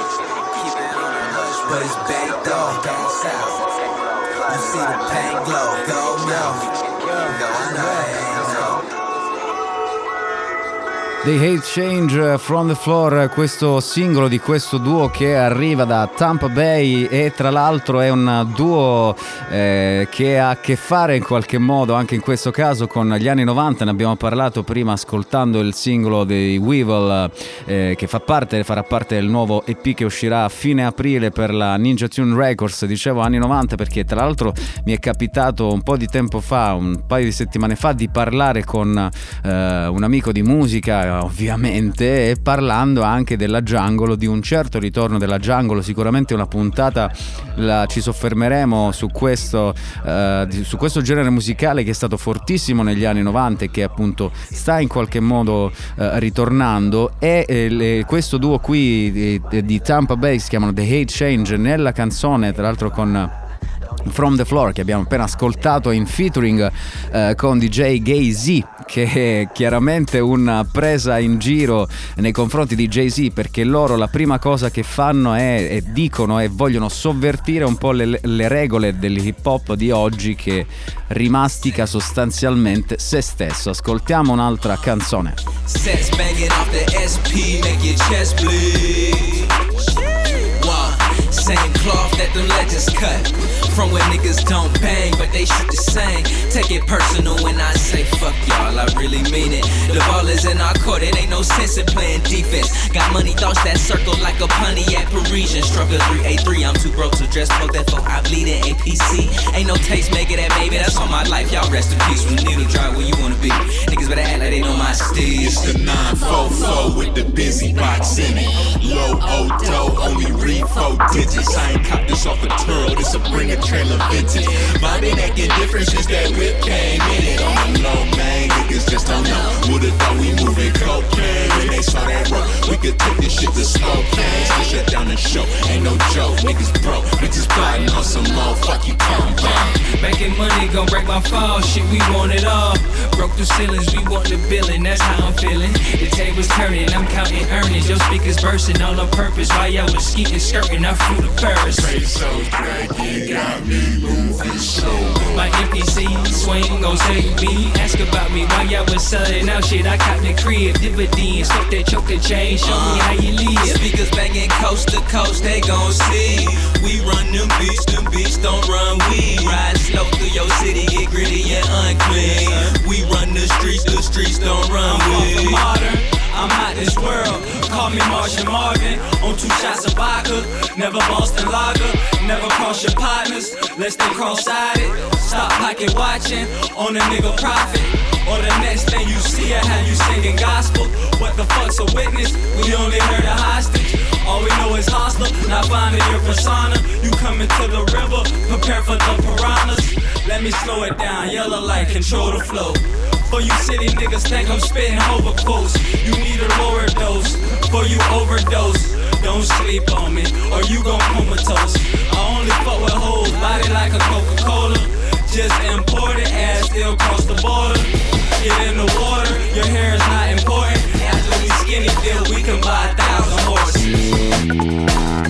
Keep it on the hush, but it's baked though. Down south, you see the paint glow. Go mouth, go, I know it ain't no. The Hate Change, From the Floor, questo singolo di questo duo che arriva da Tampa Bay e tra l'altro è un duo eh, che ha a che fare in qualche modo anche in questo caso con gli anni novanta. Ne abbiamo parlato prima ascoltando il singolo dei Weevil eh, che fa parte, farà parte del nuovo E P che uscirà a fine aprile per la Ninja Tune Records. Dicevo anni novanta perché tra l'altro mi è capitato un po' di tempo fa, un paio di settimane fa, di parlare con eh, un amico di musica ovviamente, e parlando anche della Jungle, di un certo ritorno della Jungle. Sicuramente una puntata la, ci soffermeremo su questo, uh, su questo genere musicale che è stato fortissimo negli anni novanta e che appunto sta in qualche modo uh, ritornando. E eh, le, questo duo qui di, di Tampa Bay si chiamano The Hate Change. Nella canzone, tra l'altro con From the Floor, che abbiamo appena ascoltato in featuring eh, con D J Gay-Z, che è chiaramente una presa in giro nei confronti di Jay-Z, perché loro la prima cosa che fanno è, è dicono e vogliono sovvertire un po' le, le regole dell'hip hop di oggi, che rimastica sostanzialmente se stesso. Ascoltiamo un'altra canzone. Sets banging off the S P, make your chest bleed. Wow, same cloth that them legends cut. From where niggas don't bang, but they shoot the same. Take it personal when I say fuck y'all, I really mean it. The ball is in our court, it ain't no sense in playing defense. Got money thoughts that circle like a Pontiac Parisian. Struggle three eight three, I'm too broke to dress broke, therefore I bleed in A P C. Ain't no taste making that baby, that's all my life. Y'all rest in peace when the needle dry where you wanna be. Niggas better act like they know my steez. It's the nine four four with the busy box in it. Low O-Do, only read four digits. I ain't cop this off a Turo, this a bring a trailer vintage. Mine been acting different since that whip came in it. On the low, man, niggas just don't know. Would've thought we moving cocaine when they saw that road. We could take this shit to Spokane, to shut down the show. Ain't no joke, niggas broke. We just plotting on some more, fuck you talking about. Making money gon' break break my fall, shit, we want it all. Broke the ceilings, we want the billing, that's how I'm feeling. The table's turning, I'm counting earnings. Your speakers bursting all on purpose. While y'all was skeeting, skirting, I flew to Paris. Pesos dragging, got me moving slow. My N P C swing, gon' save me. Ask about me while y'all was selling out shit. I caught the crib, dividends, fuck that choker chain. Show me how you live. Speakers banging coast to coast, they gon' see. We run them beats, them beats don't run we. Ride slow through your city, get gritty and unclean. We run the streets, the streets don't run we. I'm modern, I'm out this world. Call me Martian Marvin. On two shots of vodka, never Boston Lager. Never cross your partners, let's stay cross-sided. Stop pocket watching, on a nigga profit. Or the next thing you see, I have you singing gospel. What the fuck's a witness? We only heard a hostage. All we know is hostile, not finding your persona. You coming to the river, prepare for the piranhas. Let me slow it down, yellow light, control the flow. For you city niggas think I'm spitting hover quotes. You need a lower dose, for you overdose. Don't sleep on me, or you gon' comatose. I only fuck with hoes, body like a Coca-Cola. Just imported, ass still cross the border. Get in the water, your hair is not important. After we skinny deal, we can buy a thousand horses.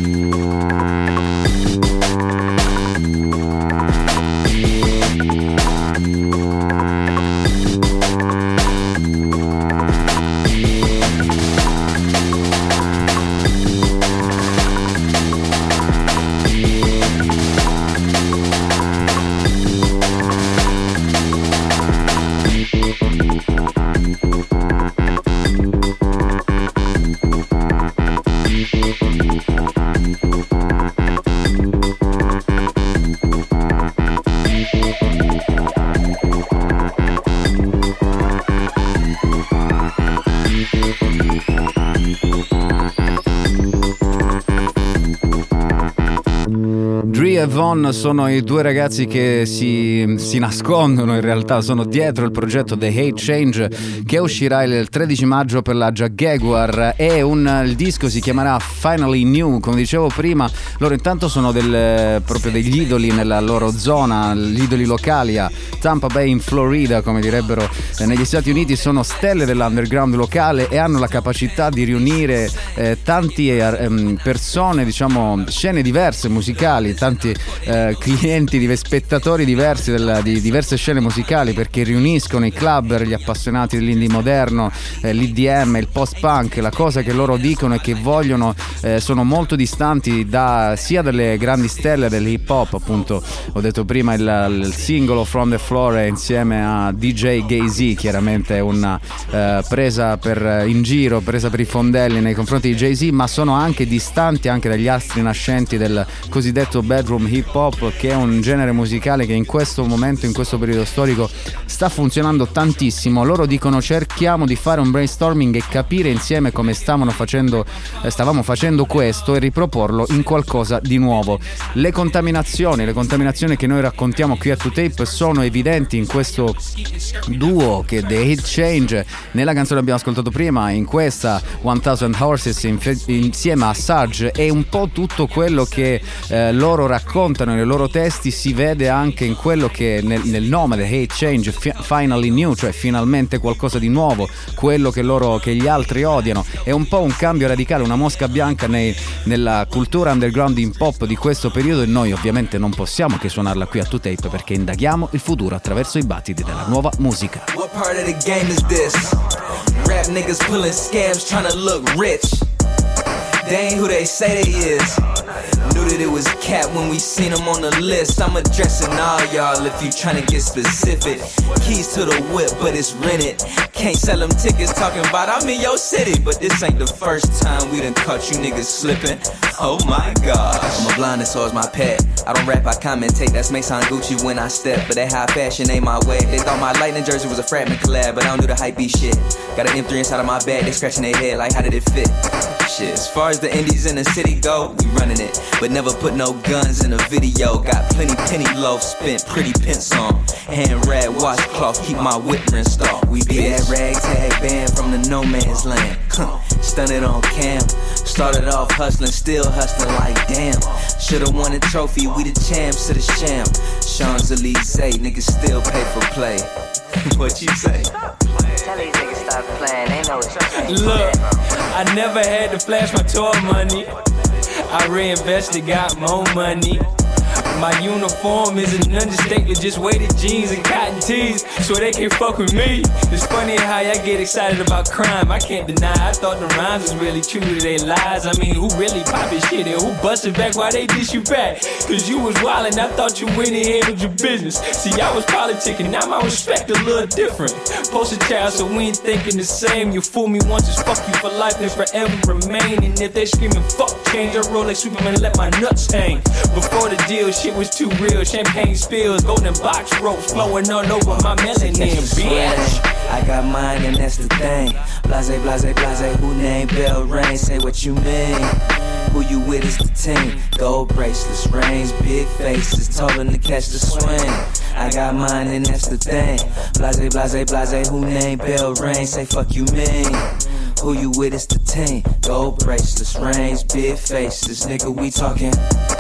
e Von sono i due ragazzi che si, si nascondono, in realtà sono dietro il progetto The Hate Change, che uscirà il tredici maggio per la Jaguar, e un, il disco si chiamerà Finally New. Come dicevo prima, loro intanto sono del, proprio degli idoli nella loro zona, gli idoli locali a Tampa Bay in Florida, come direbbero eh, negli Stati Uniti. Sono stelle dell'underground locale e hanno la capacità di riunire eh, tanti eh, persone, diciamo scene diverse musicali, tanti eh, clienti, spettatori diversi della, di diverse scene musicali, perché riuniscono i clubber, gli appassionati dell'indie moderno, eh, l'E D M, il post-punk. La cosa che loro dicono e che vogliono eh, sono molto distanti da, sia dalle grandi stelle dell'hip hop, appunto ho detto prima il, il singolo From the Floor insieme a D J Gay-Z, chiaramente è una eh, presa per in giro, presa per i fondelli nei confronti di Jay-Z, ma sono anche distanti anche dagli astri nascenti del cosiddetto bedroom hip hop, che è un genere musicale che in questo momento, in questo periodo storico, sta funzionando tantissimo. Loro dicono: cerchiamo di fare un brainstorming e capire insieme come stavano facendo, eh, stavamo facendo questo e riproporlo in qualcosa di nuovo. Le contaminazioni, le contaminazioni che noi raccontiamo qui a two tape sono evidenti in questo duo che The Hate Change. Nella canzone abbiamo ascoltato prima, in questa one thousand Horses insieme a Sarge, è un po' tutto quello che eh, loro raccontano nei loro testi, si vede anche in quello che nel, nel nome The Hate Change, fi- Finally New, cioè finalmente qualcosa di nuovo, quello che loro, che gli altri odiano. È un po' un cambio radicale, una mosca bianca nei, nella cultura underground in pop di questo periodo, e noi ovviamente non possiamo che suonarla qui a two tape, perché indaghiamo il futuro attraverso i battiti della nuova musica. What part of the game is this? Rap niggas pulling scams trying to look rich. They ain't who they say they is. Knew that it was cat when we seen them on the list. I'm addressing all y'all if you tryna get specific. Keys to the whip, but it's rented. Can't sell them tickets talking about I'm in your city. But this ain't the first time we done caught you niggas slipping. Oh my gosh. I'm a blind, so is my pet. I don't rap, I commentate. That's Mason Gucci when I step. But that high fashion ain't my way. They thought my Lightning jersey was a Fratman collab, but I don't do the hype beat shit. Got an M three inside of my bag, they scratching their head like how did it fit? Shit, as far as the indies in the city go, we running it, but never put no guns in a video. Got plenty penny loaf spent, pretty pence on. Hand rag, washcloth, keep my whip rinsed off. We be that ragtag band from the no man's land. Huh. Stun it on cam, Started off hustling, still hustling like damn. Should've won a trophy, we the champs of the sham. Champs-Elysees, niggas still pay for play. What you say? Tell these niggas stop playing, they know what you're saying. Look, I never had to flash my tour money. I reinvested, got more money. My uniform is an understatement, just weighted jeans and cotton tees, so they can't fuck with me. It's funny how I get excited about crime, I can't deny. I thought the rhymes was really true to their lies. I mean, who really poppin' shit and who busted back while they dish you back? Cause you was wildin', I thought you went and handled your business. See, I was politicking, now my respect a little different. Poster child, so we ain't thinking the same. You fool me once, just fuck you for life and forever remain. And if they screaming fuck change, I roll like Superman, let my nuts hang. Before the deal, shit was too real. Champagne spills, golden box ropes flowing all over my melanin, bitch. I got mine and that's the thing. Blase, blase, blase, who name Bell Rain? Say what you mean. Who you with is the team. Gold bracelets, rings, big faces, told them to catch the swing. I got mine and that's the thing. Blase, blase, blase, who name Bell Rain? Say fuck you mean. Who you with is the team. Gold bracelets, rings, big faces, nigga we talking.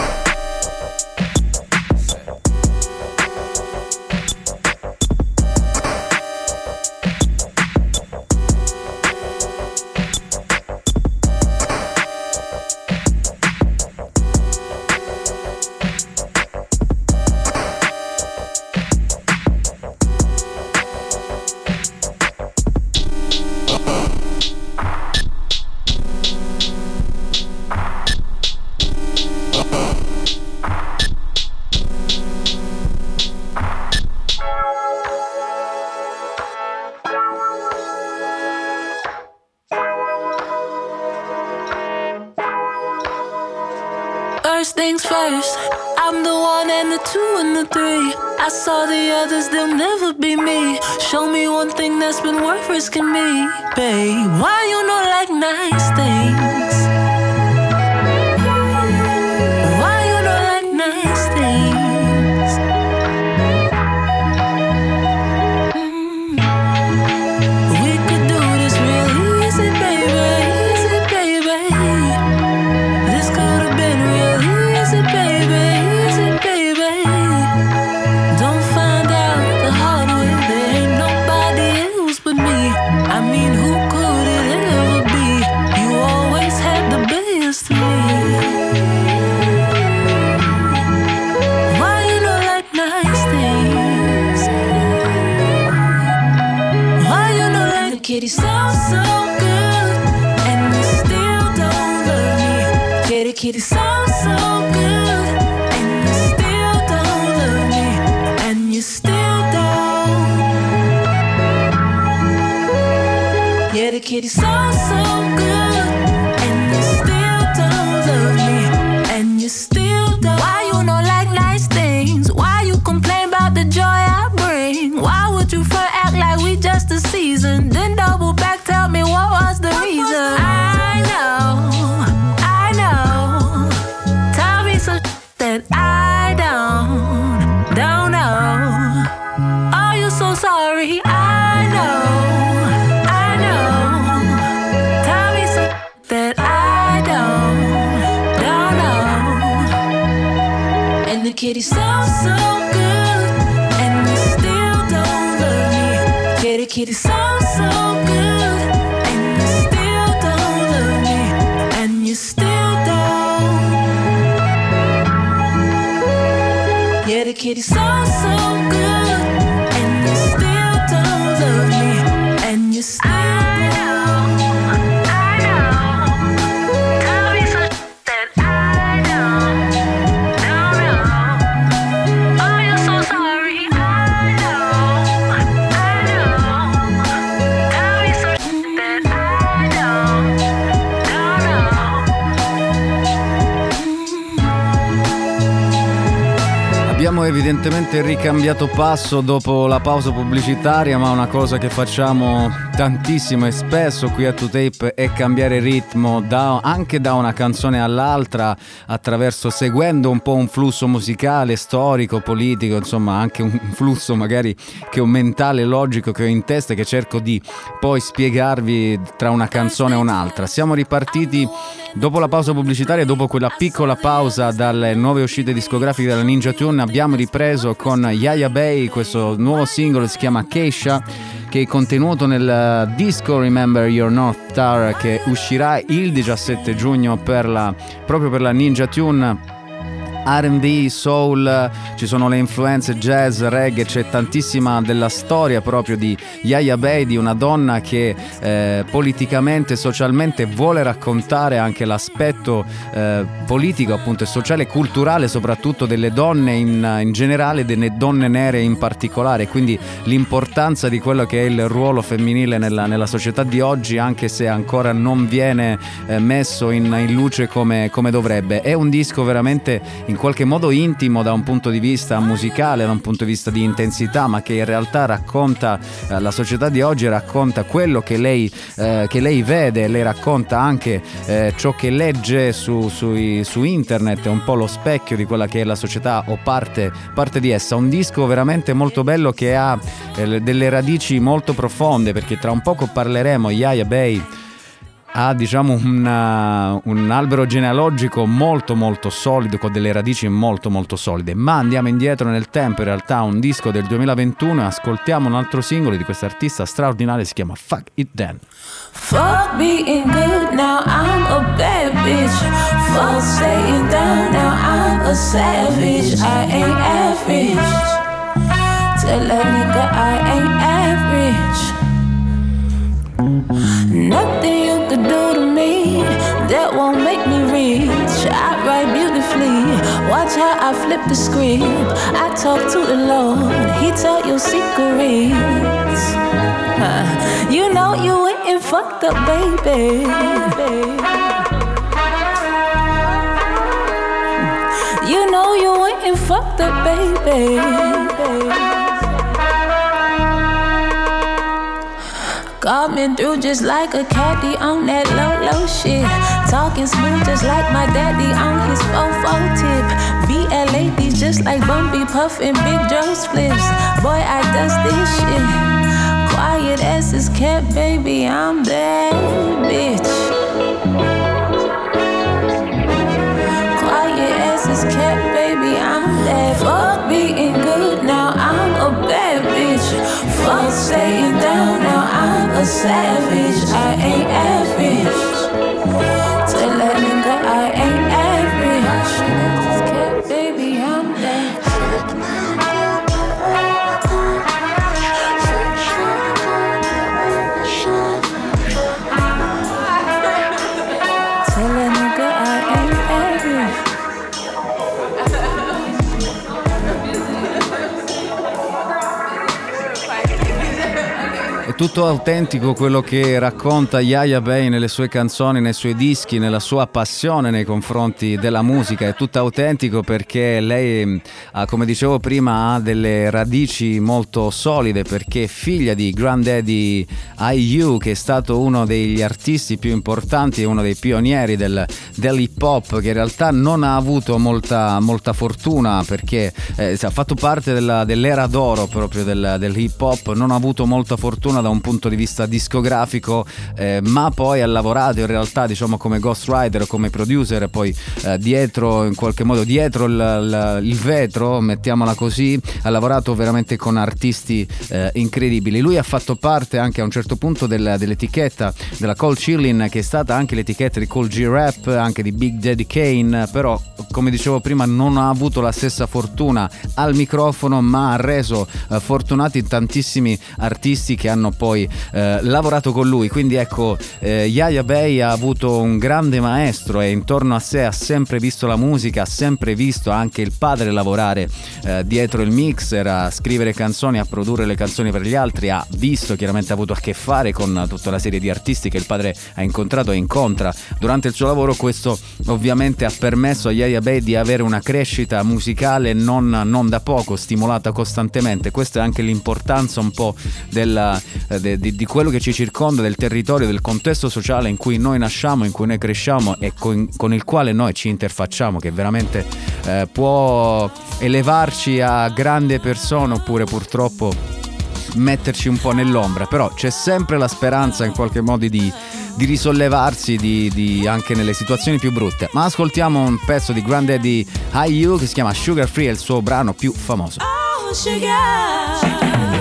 First things first, I'm the one and the two and the three. I saw the others, they'll never be me. Show me one thing that's been worth risking me, babe. Why you not like nice things? Why you not like nice things? Mm. We could do this real easy, baby, easy, baby. This could have been real easy, baby, easy, baby. Don't find out the hard way, there ain't nobody else but me. I mean, who could it ever be? You always had the best of me. Why you not like nice things? Why you not like the kitty sounds so good and you still don't love me? Kitty, kitty sounds so good and you still don't love me, and you still don't. Yeah, the kitty sounds so good and you still don't love me, and you still don't. Why you not like nice things? Why you complain about the joy I bring? Why would you front act like we just a season, then double back, tell me what was the reason? I know, I know. Tell me some that I don't, don't know. Are you so sorry? I know, I know. Tell me some that I don't, don't know. And the kitty sounds so good and you still don't love me. Kitty, kitty sounds so good and you still don't love me, and you still don't. Yeah, the kitty sounds so good and you still don't love me, and you still don't. I know, tell me some that I don't, don't know. Oh, you're so sorry. I know, I know. Tell me some that I don't, don't know. Abbiamo evidentemente ricambiato passo dopo la pausa pubblicitaria, ma una cosa che facciamo tantissimo e spesso qui a To Tape è cambiare ritmo da, anche da una canzone all'altra, attraverso seguendo un po' un flusso musicale, storico, politico, insomma anche un flusso magari che ho mentale, logico, che ho in testa, che cerco di poi spiegarvi tra una canzone e un'altra. Siamo ripartiti dopo la pausa pubblicitaria, dopo quella piccola pausa dalle nuove uscite discografiche della Ninja Tune. Abbiamo ripreso con Yaya Bay, questo nuovo singolo si chiama Keisha, che è contenuto nel disco Remember Your North Star, che uscirà il diciassette giugno per la, proprio per la Ninja Tune. R and B, soul, ci sono le influenze jazz, reggae, c'è tantissima della storia proprio di Yaya Bay, di una donna che eh, politicamente, socialmente vuole raccontare anche l'aspetto eh, politico, appunto, e sociale, culturale, soprattutto delle donne in, in generale, delle donne nere in particolare, quindi l'importanza di quello che è il ruolo femminile nella, nella società di oggi, anche se ancora non viene eh, messo in, in luce come, come dovrebbe. È un disco veramente in qualche modo intimo da un punto di vista musicale, da un punto di vista di intensità, ma che in realtà racconta eh, la società di oggi, racconta quello che lei, eh, che lei vede, lei racconta anche eh, ciò che legge su, sui, su internet, è un po' lo specchio di quella che è la società o parte, parte di essa. Un disco veramente molto bello che ha eh, delle radici molto profonde, perché tra un poco parleremo. Yaya Bay ha, diciamo, una, un albero genealogico molto molto solido, con delle radici molto molto solide. Ma andiamo indietro nel tempo, in realtà un disco del duemilaventuno, ascoltiamo un altro singolo di questa artista straordinaria, si chiama Fuck It Then. Fuck being good, now I'm a bad bitch. Fuck staying down, now I'm a savage. I ain't average. Tell that nigga I ain't average. Nothing you could do to me that won't make me rich. I write beautifully, watch how I flip the script. I talk to the Lord, he tell your secrets. uh, You know you went and fucked up, baby. You know you went and fucked up, baby. Coming through just like a caddy on that low, low shit. Talking smooth just like my daddy on his fofo tip. B L A Ds just like Bumpy puffin' big drum flips. Boy, I does this shit. Quiet as is kept, baby, I'm that bitch. Quiet as is kept, baby, I'm that. Fuck being good, now I'm a bad bitch. Fuck staying down, now I'm a savage. I ain't average. Tell that nigga I ain't average. Kept, baby, I'm that. Tell that nigga I ain't average. È tutto autentico quello che racconta Yaya Bay nelle sue canzoni, nei suoi dischi, nella sua passione nei confronti della musica. È tutto autentico perché lei, come dicevo prima, ha delle radici molto solide, perché è figlia di Granddaddy I U, che è stato uno degli artisti più importanti e uno dei pionieri del, dell'hip hop, che in realtà non ha avuto molta, molta fortuna, perché eh, ha fatto parte della, dell'era d'oro proprio del, dell'hip hop, non ha avuto molta fortuna da un punto di vista discografico, eh, ma poi ha lavorato in realtà, diciamo, come ghostwriter, come producer, poi eh, dietro, in qualche modo dietro il, il, il vetro, mettiamola così, ha lavorato veramente con artisti eh, incredibili. Lui ha fatto parte anche a un certo punto del, dell'etichetta della Cold Chillin', che è stata anche l'etichetta di Cool G Rap, anche di Big Daddy Kane, però come dicevo prima non ha avuto la stessa fortuna al microfono, ma ha reso eh, fortunati tantissimi artisti che hanno poi eh, lavorato con lui. Quindi ecco, eh, Yaya Bay ha avuto un grande maestro e intorno a sé ha sempre visto la musica, ha sempre visto anche il padre lavorare eh, dietro il mixer, a scrivere canzoni, a produrre le canzoni per gli altri, ha visto, chiaramente ha avuto a che fare con tutta la serie di artisti che il padre ha incontrato e incontra durante il suo lavoro. Questo ovviamente ha permesso a Yaya Bay di avere una crescita musicale non, non da poco, stimolata costantemente. Questa è anche l'importanza un po' della eh, de, di, di quello che ci circonda, del territorio, del contesto sociale in cui noi nasciamo, in cui noi cresciamo e con, con il quale noi ci interfacciamo, che veramente eh, può elevarci a grande persona oppure purtroppo metterci un po' nell'ombra, però c'è sempre la speranza in qualche modo di, di risollevarsi di, di anche nelle situazioni più brutte. Ma ascoltiamo un pezzo di Granddaddy I U che si chiama Sugar Free, è il suo brano più famoso. Oh, sugar.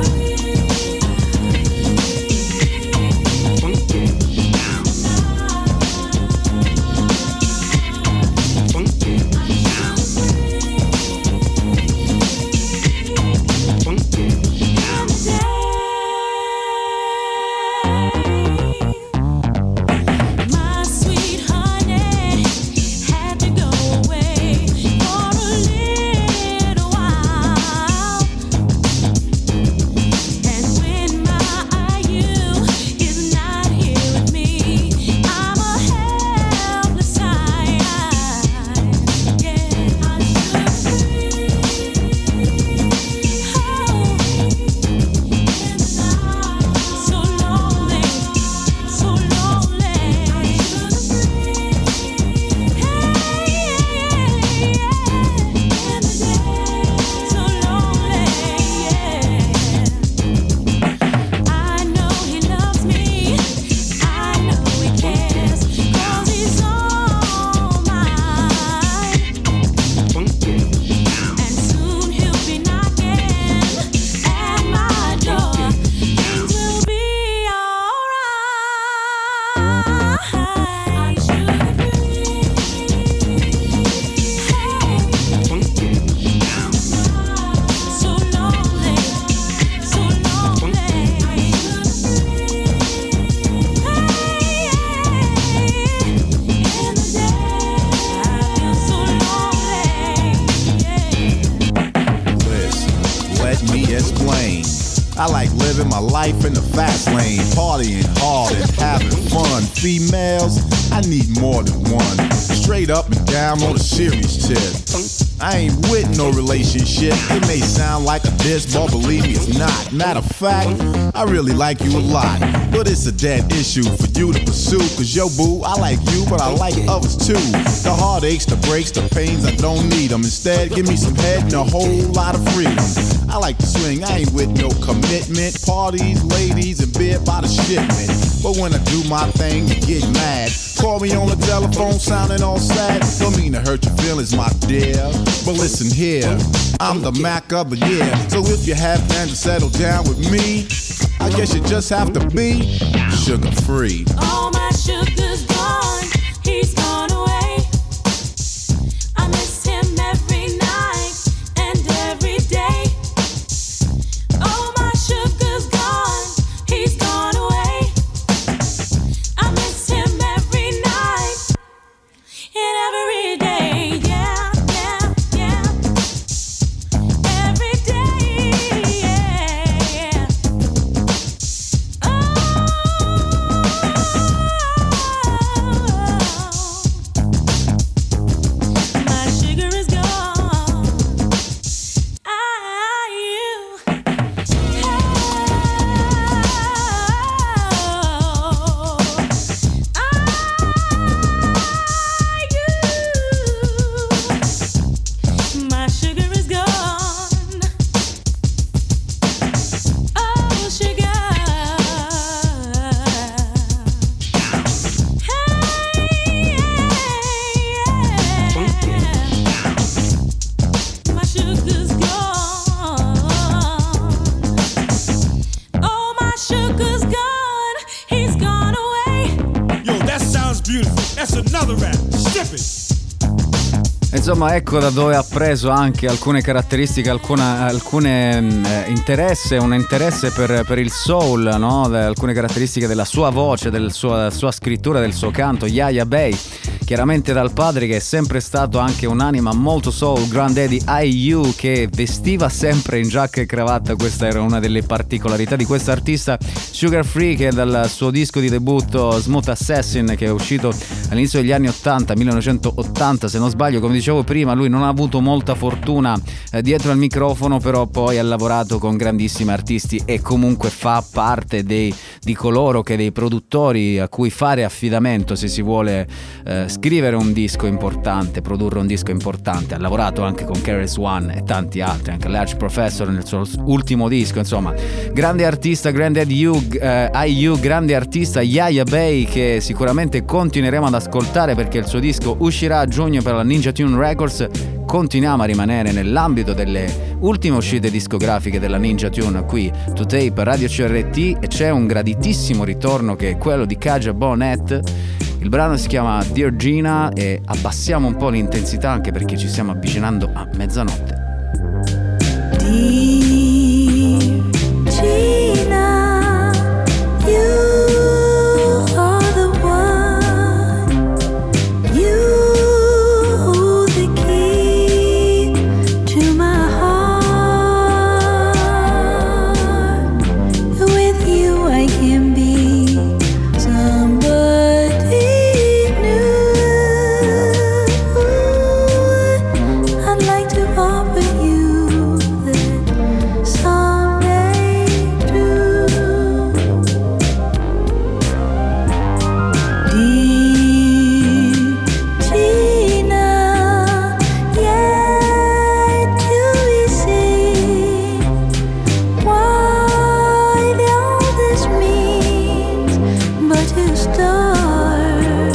I like living my life in the fast lane, partying hard and having fun. Females, I need more than one. Straight up and down on a serious tip. I ain't with no relationship. It may sound like a diss, but believe me, it's not. Matter of fact, I really like you a lot. But it's a dead issue for you to pursue. Cause yo boo, I like you, but I like others too. The heartaches, the breaks, the pains, I don't need them. Instead, give me some head and a whole lot of freedom. I like to swing, I ain't with no commitment. Parties, ladies, and beer by the shipment. But when I do my thing, you get mad. Call me on the telephone, sounding all sad. Don't mean to hurt your feelings, my dear. But listen here, I'm the Mac of the year. So if you have plans to settle down with me, I guess you just have to be sugar free. All my sugar's gone, he's gone away. I miss him every night and every day. All my sugar's gone, he's gone away. I miss him every night and every day. Yeah, yeah, yeah. Every day, yeah. My sugar is gone. I you. My sugar is gone. Oh, sugar. My sugar's gone. Oh, my sugar's gone. He's gone away. Yo, that sounds beautiful. That's another rap. Ship it. Insomma, ecco da dove ha preso anche alcune caratteristiche, alcuna, alcune eh, interesse, un interesse per, per il soul, no? De, alcune caratteristiche della sua voce, della sua, sua scrittura, del suo canto, Yaya Bey, chiaramente dal padre, che è sempre stato anche un'anima molto soul, Granddaddy I U, che vestiva sempre in giacca e cravatta. Questa era una delle particolarità di questa artista. Sugar Free, che dal suo disco di debutto Smooth Assassin, che è uscito all'inizio degli anni ottanta, millenovecentottanta se non sbaglio, come dicevo prima, lui non ha avuto molta fortuna eh, dietro al microfono, però poi ha lavorato con grandissimi artisti e comunque fa parte dei, di coloro che dei produttori a cui fare affidamento se si vuole eh, scrivere un disco importante, produrre un disco importante. Ha lavorato anche con K R S One e tanti altri, anche Large Professor nel suo ultimo disco. Insomma, grande artista Granddaddy U, eh, I U, grande artista Yaya Bay, che sicuramente continueremo ad ascoltare perché il suo disco uscirà a giugno per la Ninja Tune Records. Continuiamo a rimanere nell'ambito delle ultime uscite discografiche della Ninja Tune qui To Tape Radio C R T, e c'è un graditissimo ritorno che è quello di Kaja Bonnet. Il brano si chiama Dear Gina e abbassiamo un po' l'intensità anche perché ci stiamo avvicinando a mezzanotte. Gina, you are the one. You hold the key to my heart. With you I can be somebody new. I'd like to offer you that someday too. Dear Gina, yet to be seen what all this means, but to start,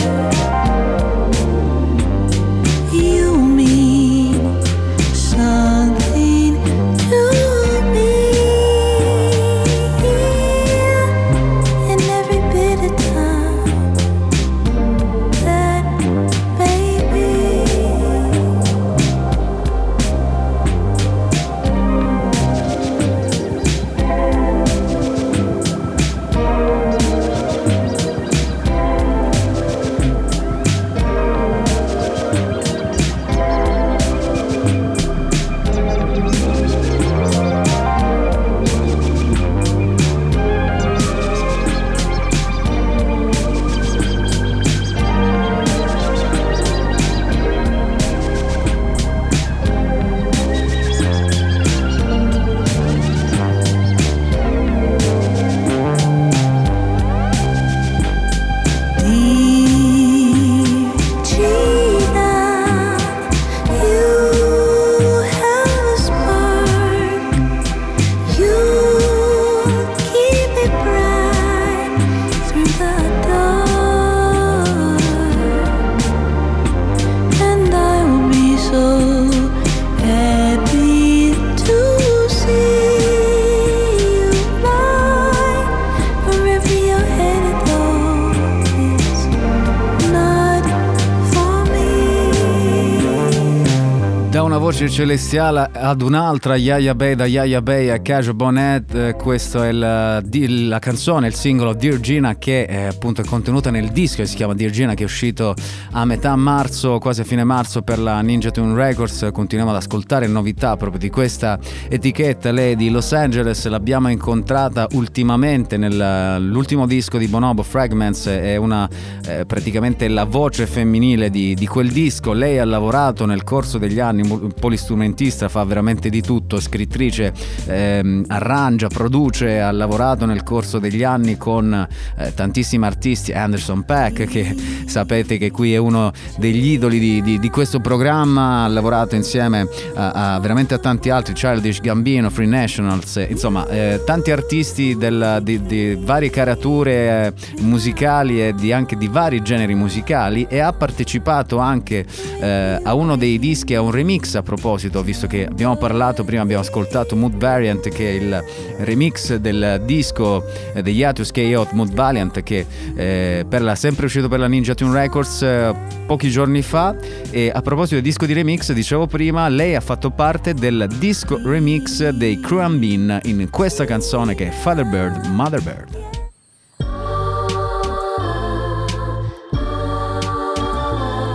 you mean something to me, and every bit of time that baby. Gina, you have a spark. You keep it bright through the dark, and I will be so happy to see you fly wherever you're headed. Though it's not for me. Da una voce celestiale ad un'altra, Yaya Bay, da Yaya Bay a Kaja Bonnet, eh, questa è la, di- la canzone, il singolo Dear Gina, che è appunto è contenuta nel disco che si chiama Dear Gina, che è uscito a metà marzo, quasi a fine marzo per la Ninja Tune Records. Continuiamo ad ascoltare novità proprio di questa etichetta. Lei di Los Angeles, l'abbiamo incontrata ultimamente nell'ultimo disco di Bonobo, Fragments, è una eh, praticamente la voce femminile di, di quel disco. Lei ha lavorato nel corso degli anni, un polistrumentista, fa veramente di tutto, scrittrice, ehm, arrangia, produce, ha lavorato nel corso degli anni con eh, tantissimi artisti, Anderson .Paak, che sapete che qui è uno degli idoli di, di, di questo programma, ha lavorato insieme a, a veramente a tanti altri, Childish Gambino, Free Nationals, insomma eh, tanti artisti del, di, di varie carature eh, musicali e di, anche di vari generi musicali, e ha partecipato anche eh, a uno dei dischi, a un remix a proposito, visto che abbiamo parlato prima, abbiamo ascoltato Mood Variant, che è il remix del disco eh, degli Hiatus K-O, Mood Valiant, che eh, per la, sempre uscito per la Ninja Tune Records eh, pochi giorni fa. E a proposito del disco di remix, dicevo prima, lei ha fatto parte del disco remix dei Cruan Bean in questa canzone che è Father Bird, Mother Bird.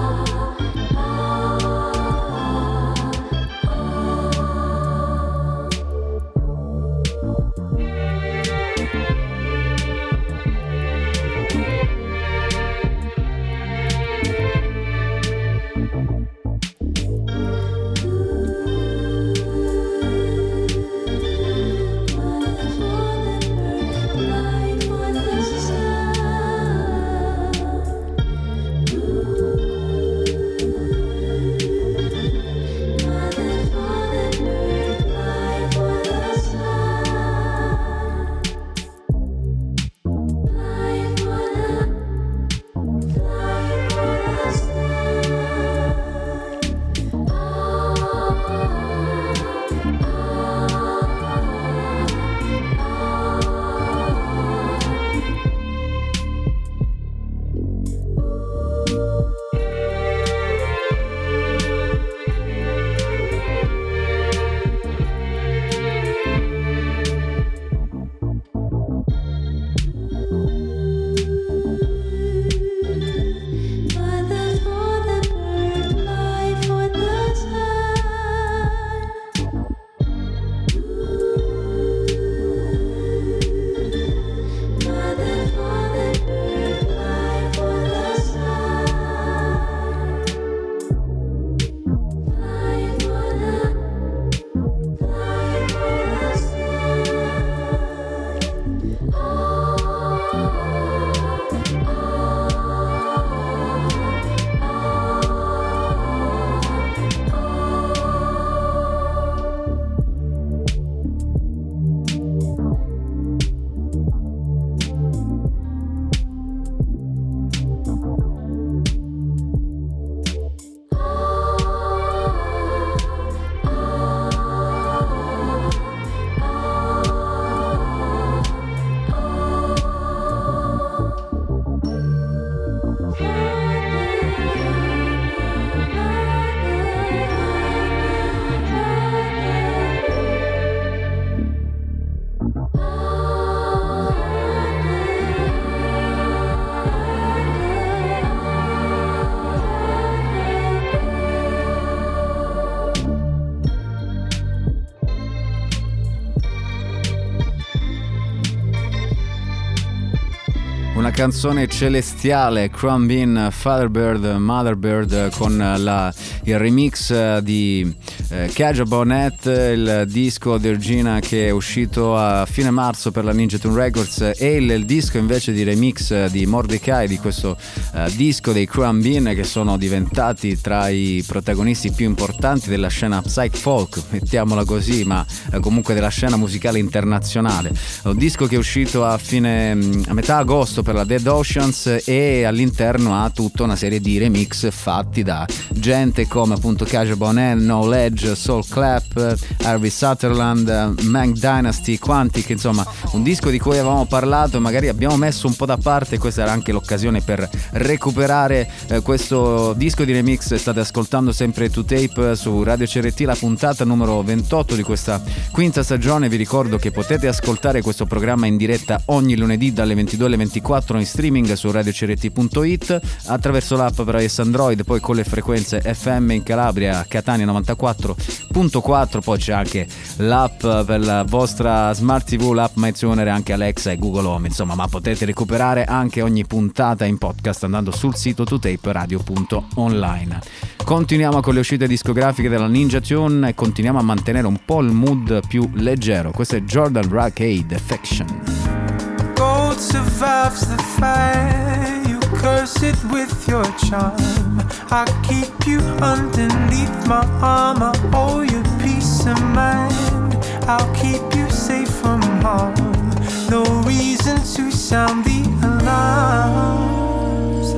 Una canzone celestiale, Crumb Bean, Fatherbird, Motherbird, con la, il remix di eh, Kaja Bonnet, il disco di Regina che è uscito a fine marzo per la Ninja Tune Records, e il, il disco invece di remix di Mordecai, di questo eh, disco dei Crumb Bean, che sono diventati tra i protagonisti più importanti della scena psych folk, mettiamola così, ma eh, comunque della scena musicale internazionale. Un disco che è uscito a fine a metà agosto per la Dead Oceans, e all'interno ha tutta una serie di remix fatti da gente come appunto Kaja Bonnet, Knowledge, Soul Clap, Harvey Sutherland, Mank Dynasty, Quantic, insomma un disco di cui avevamo parlato e magari abbiamo messo un po' da parte. Questa era anche l'occasione per recuperare eh, questo disco di remix. State ascoltando sempre To Tape su Radio C R T, la puntata numero ventotto di questa quinta stagione. Vi ricordo che potete ascoltare questo programma in diretta ogni lunedì dalle ventidue alle ventiquattro in streaming su radio c r t punto i t, attraverso l'app per iOS Android, poi con le frequenze F M in Calabria, Catania novantaquattro virgola quattro, poi c'è anche l'app per la vostra smart tivù, l'app MyTuner, e anche Alexa e Google Home, insomma, ma potete recuperare anche ogni puntata in podcast andando sul sito to tape radio punto online. Continuiamo con le uscite discografiche della Ninja Tune e continuiamo a mantenere un po' il mood più leggero. Questo è Jordan Rakei, Defection. Gold survives the fire, you curse it with your charm. I keep you underneath my arm, I owe you peace of mind. I'll keep you safe from harm, no reason to sound the alarms.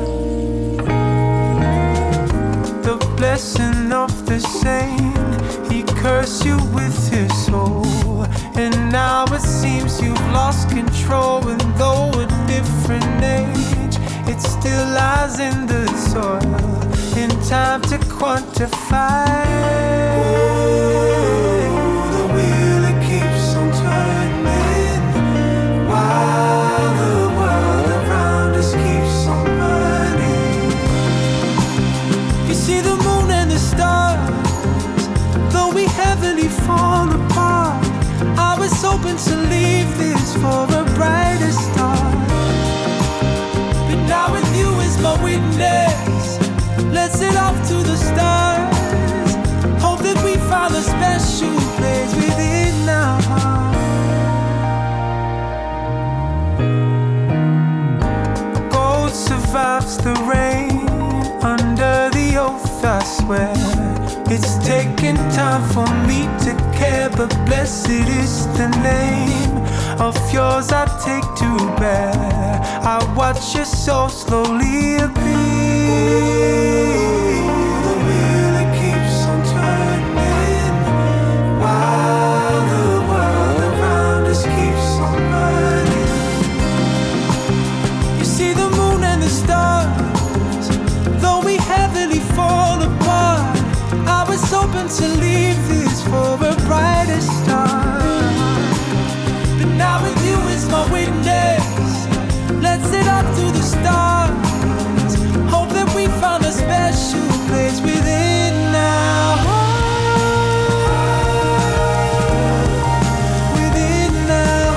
The blessing of the saint, he cursed you with his soul, and now it seems you've lost control. And though a different age, it still lies in the soil, in time to quantify. Ooh, the wheel, it keeps on turning, while the world around us keeps on burning. You see the moon and the stars, though we heavily fall apart, I was hoping to leave this for a brighter start. But now with you as my witness, let's head off to the stars. Hope that we find a special place within our heart. Gold survives the rain, under the oath I swear. It's taken time for me to care, but blessed is the name of yours I take to bear. I watch your soul slowly appear. The wheel, it keeps on turning, while the world around us keeps on burning. You see the moon and the stars, though we heavily fall apart, I was hoping to leave this for a brighter start. But now with you as my witness, let's head up to the stars. Hope that we found a special place within our heart. Within our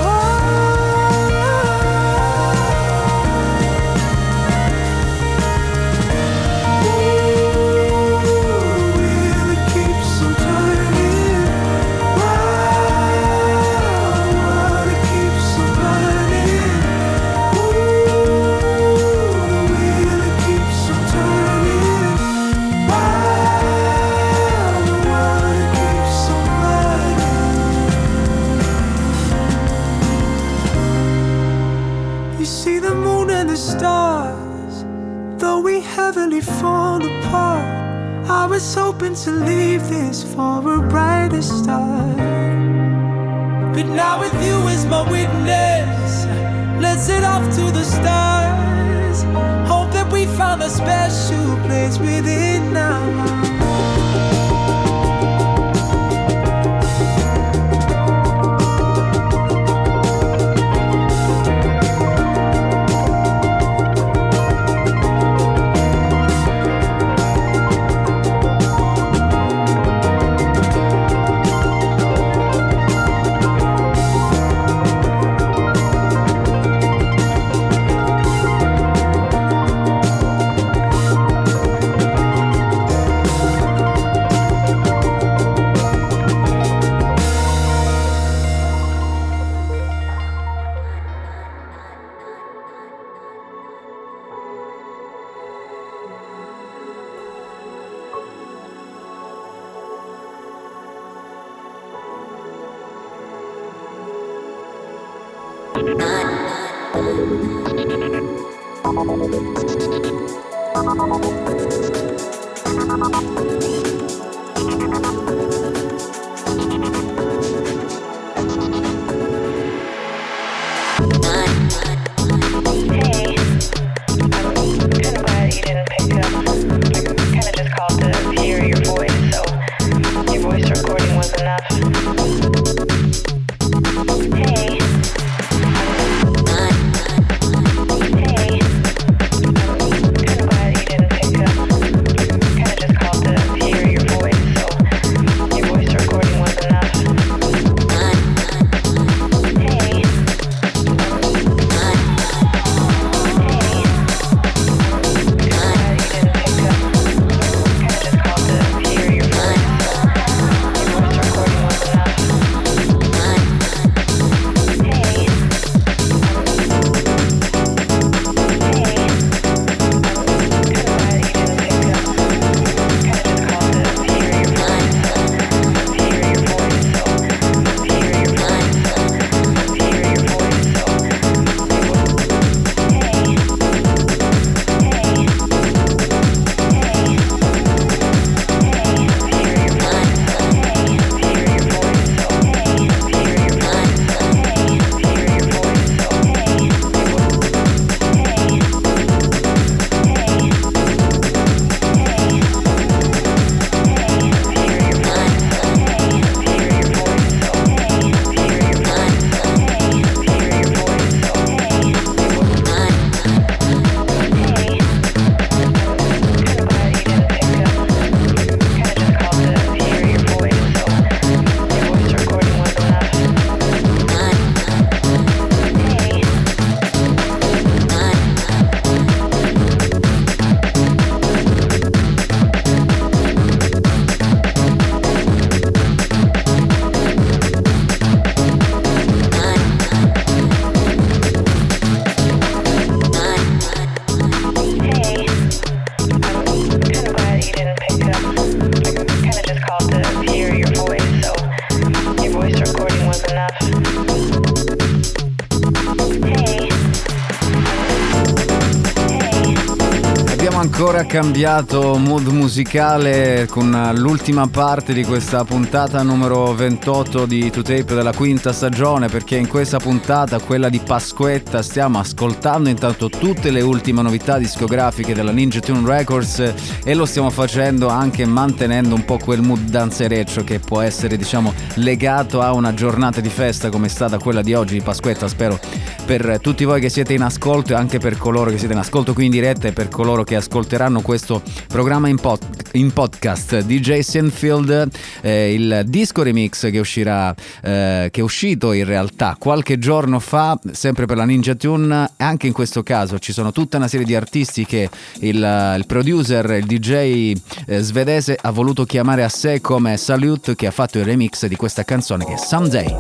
fall apart, I was hoping to leave this for a brighter start. But now with you as my witness, let's head off to the stars. Hope that we found a special place within our hearts. Ancora cambiato mood musicale con l'ultima parte di questa puntata numero ventotto di To Tape della quinta stagione, perché in questa puntata, quella di Pasquetta, stiamo ascoltando intanto tutte le ultime novità discografiche della Ninja Tune Records e lo stiamo facendo anche mantenendo un po' quel mood danzereccio che può essere, diciamo, legato a una giornata di festa come è stata quella di oggi di Pasquetta. Spero per tutti voi che siete in ascolto e anche per coloro che siete in ascolto qui in diretta e per coloro che ascolteranno questo programma in, pod- in podcast. D J Sinfield, eh, il disco remix che uscirà, eh, che è uscito in realtà qualche giorno fa, sempre per la Ninja Tune. Anche in questo caso ci sono tutta una serie di artisti che il, il producer, il D J eh, svedese ha voluto chiamare a sé, come Salute, che ha fatto il remix di questa canzone che è Someday.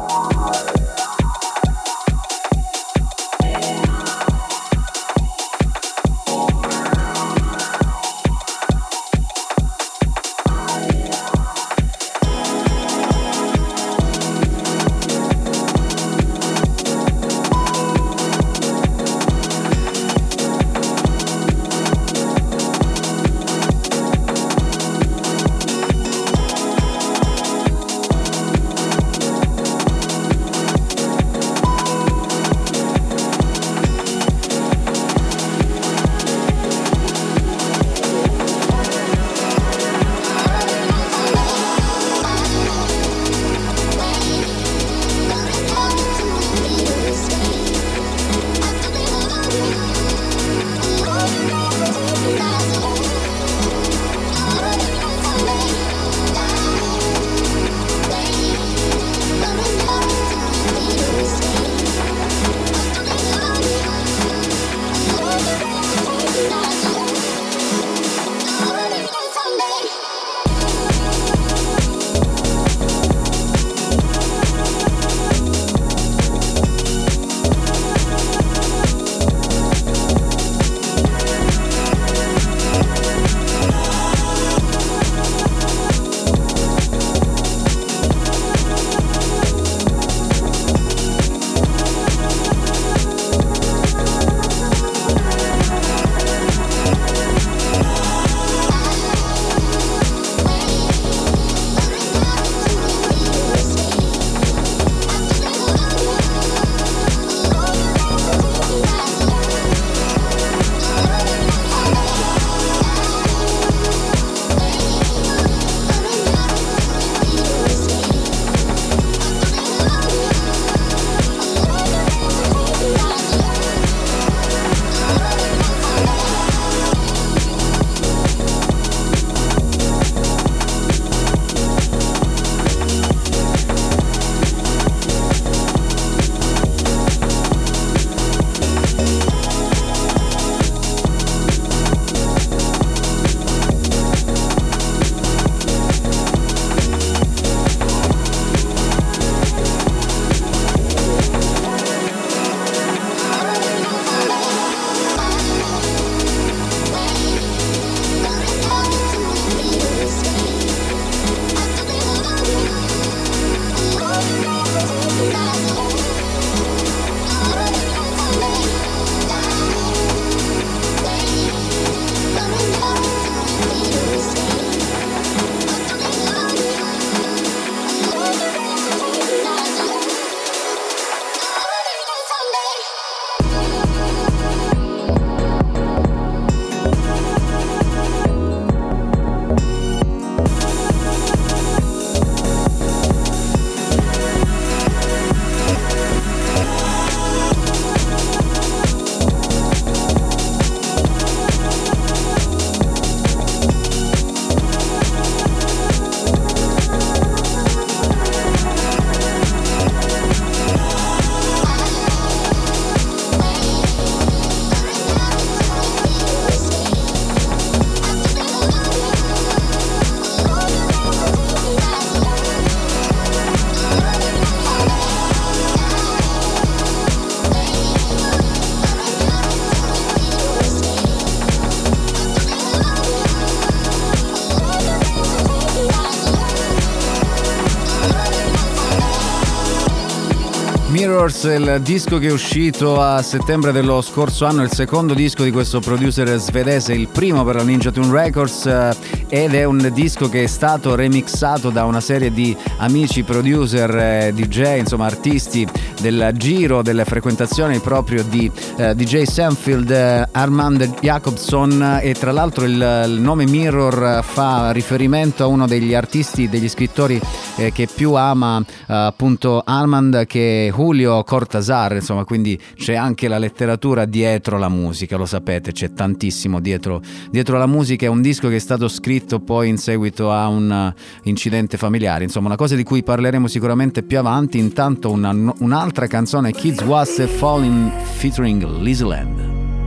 Mirrors, il disco che è uscito a settembre dello scorso anno, il secondo disco di questo producer svedese, il primo per la Ninja Tune Records, eh, ed è un disco che è stato remixato da una serie di amici producer, eh, D J, insomma artisti del giro, delle frequentazioni proprio di eh, D J Sanfield, eh, Armand Jacobson, e tra l'altro il, il nome Mirror fa riferimento a uno degli artisti, degli scrittori eh, che più ama eh, appunto Armand, che è Julio Cortázar, insomma, quindi c'è anche la letteratura dietro la musica, lo sapete, c'è tantissimo dietro, dietro la musica. È un disco che è stato scritto poi in seguito a un uh, incidente familiare, insomma una cosa di cui parleremo sicuramente più avanti. Intanto una, un'altra canzone, Kids Was Falling featuring Lizzy Land.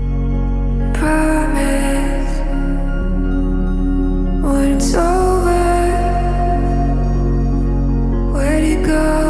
Promise when it's over, where'd it go?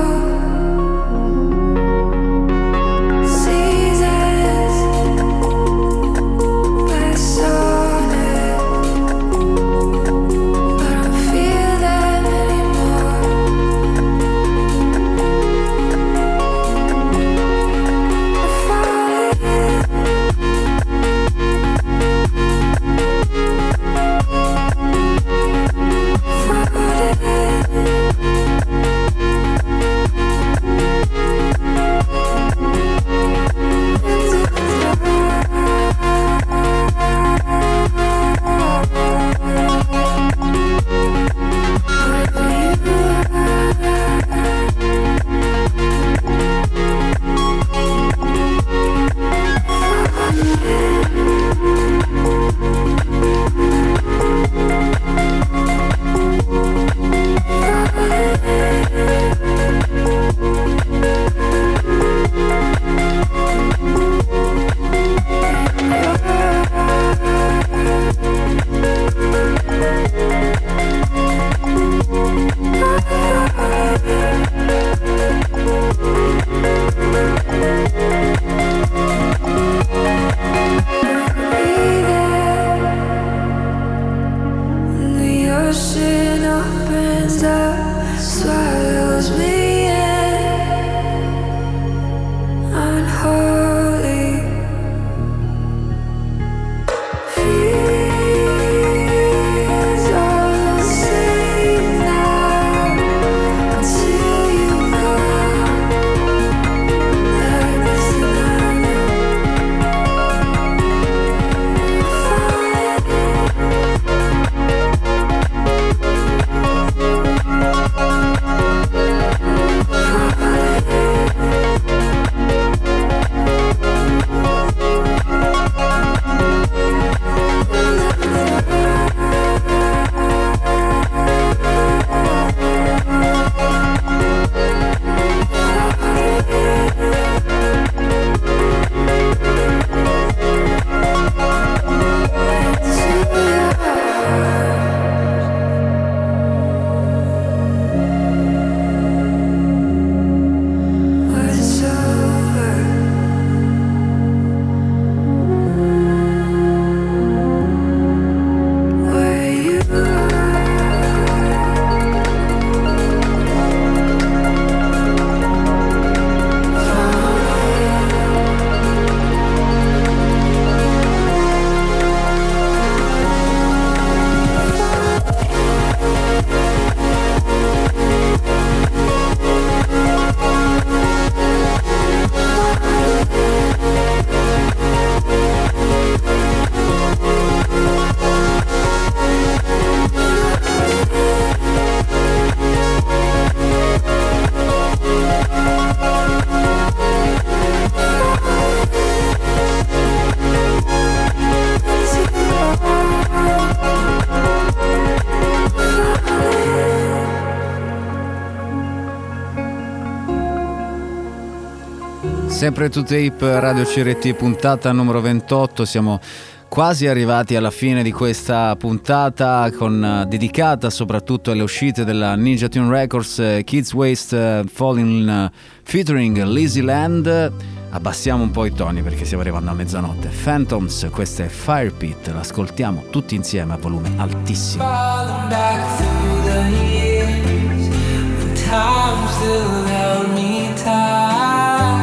Sempre To Tape, Radio C R T, puntata numero ventotto. Siamo quasi arrivati alla fine di questa puntata con, uh, dedicata soprattutto alle uscite della Ninja Tune Records, uh, Kids Waste uh, Falling uh, featuring Lizzy Land. Abbassiamo un po' i toni perché stiamo arrivando a mezzanotte. Phantoms, questa è Fire Pit, l'ascoltiamo tutti insieme a volume altissimo. Falling back through the years, when time still held me tight.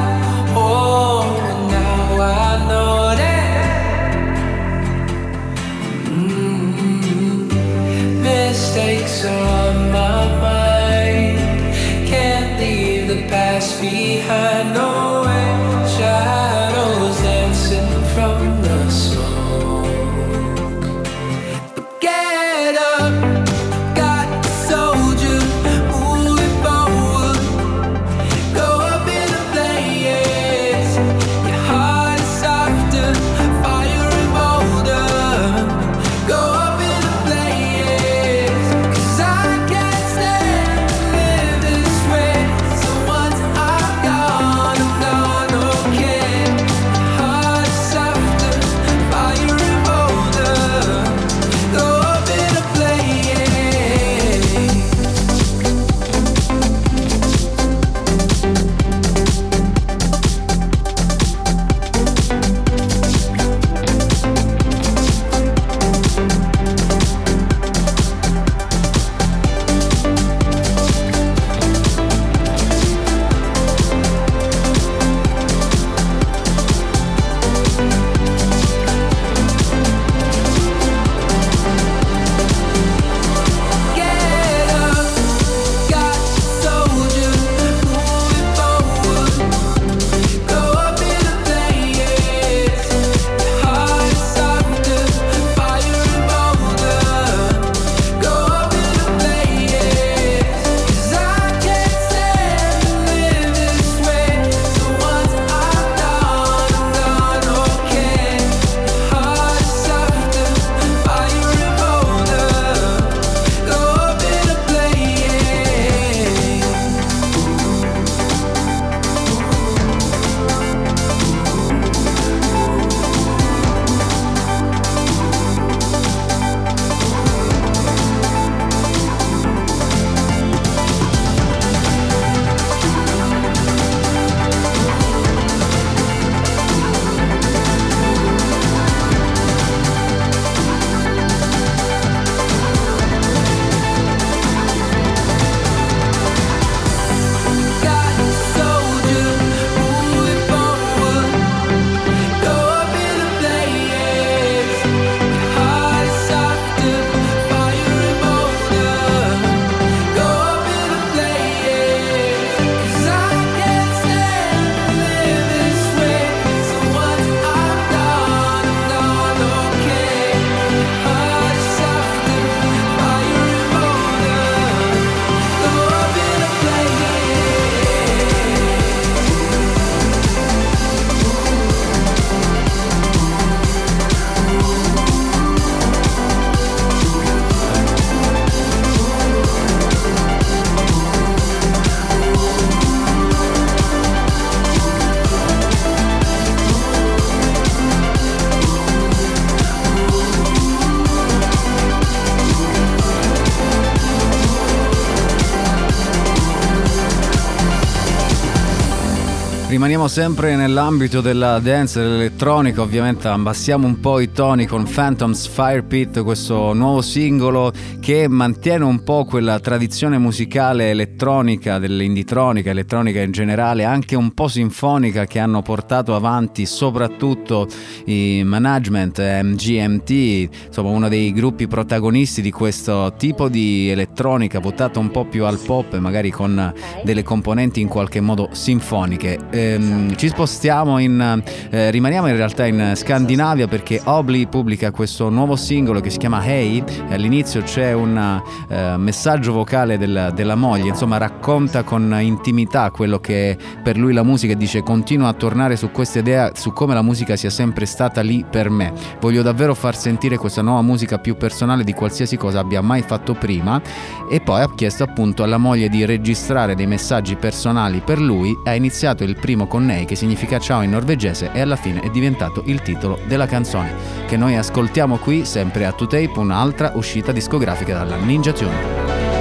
Rimaniamo sempre nell'ambito della dance, dell'elettronica, ovviamente abbassiamo un po' i toni con Phantom's Fire Pit, questo nuovo singolo che mantiene un po' quella tradizione musicale elettronica, dell'inditronica, elettronica in generale, anche un po' sinfonica, che hanno portato avanti soprattutto i Management, M G M T, insomma uno dei gruppi protagonisti di questo tipo di elettronica votata un po' più al pop e magari con delle componenti in qualche modo sinfoniche. Ehm, ci spostiamo in eh, rimaniamo in realtà in Scandinavia, perché Obli pubblica questo nuovo singolo che si chiama Hey. All'inizio c'è un eh, messaggio vocale del, della moglie, insomma racconta con intimità quello che per lui la musica, e dice: continua a tornare su questa idea, su come la musica sia sempre stata lì per me, voglio davvero far sentire questa nuova musica più personale di qualsiasi cosa abbia mai fatto prima. E poi ha chiesto appunto alla moglie di registrare dei messaggi personali per lui, ha iniziato il primo con Nei, che significa ciao in norvegese, e alla fine è diventato il titolo della canzone che noi ascoltiamo qui sempre a To Tape, un'altra uscita discografica dalla Ninja Tune.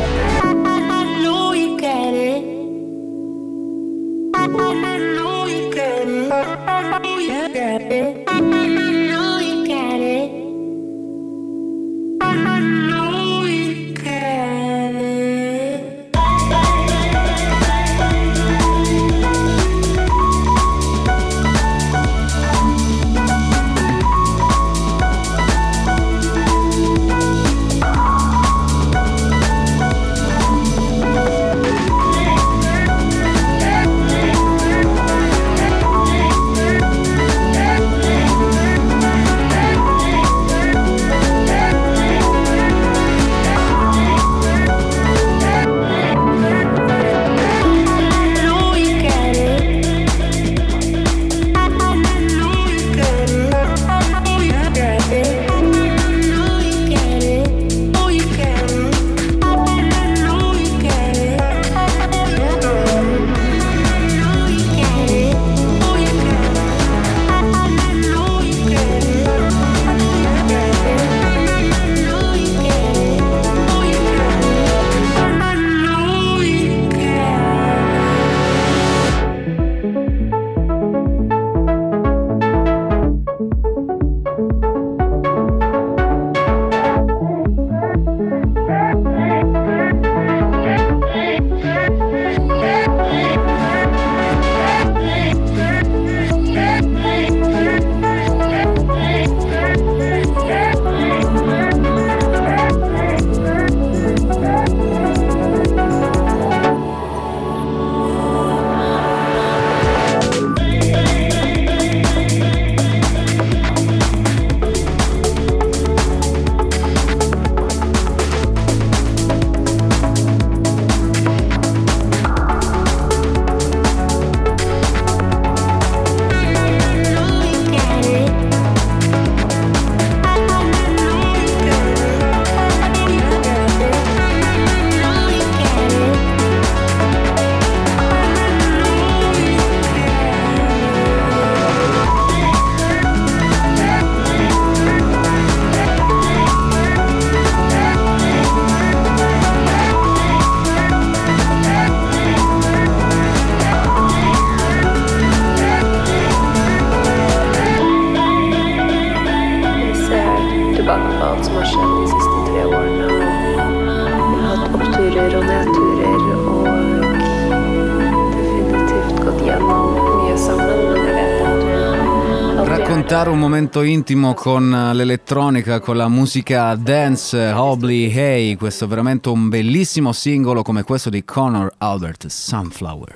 Un momento intimo con l'elettronica, con la musica dance, Obli Hey, questo è veramente un bellissimo singolo come questo di Conor Albert, Sunflower.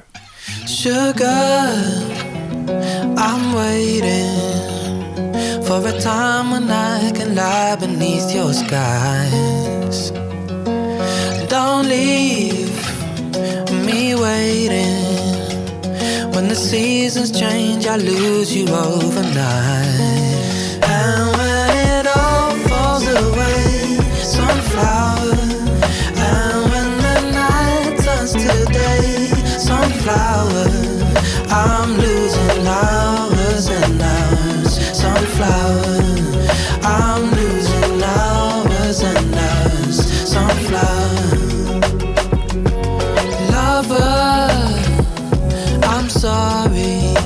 Sugar, I'm waiting for a time when I can lie beneath your skies. Don't leave me waiting. When the seasons change, I lose you overnight. And when it all falls away, sunflower. And when the night turns to day, sunflower. I'm losing hours and hours, sunflower. I'm losing hours and hours, sunflower. Lover, I'm sorry,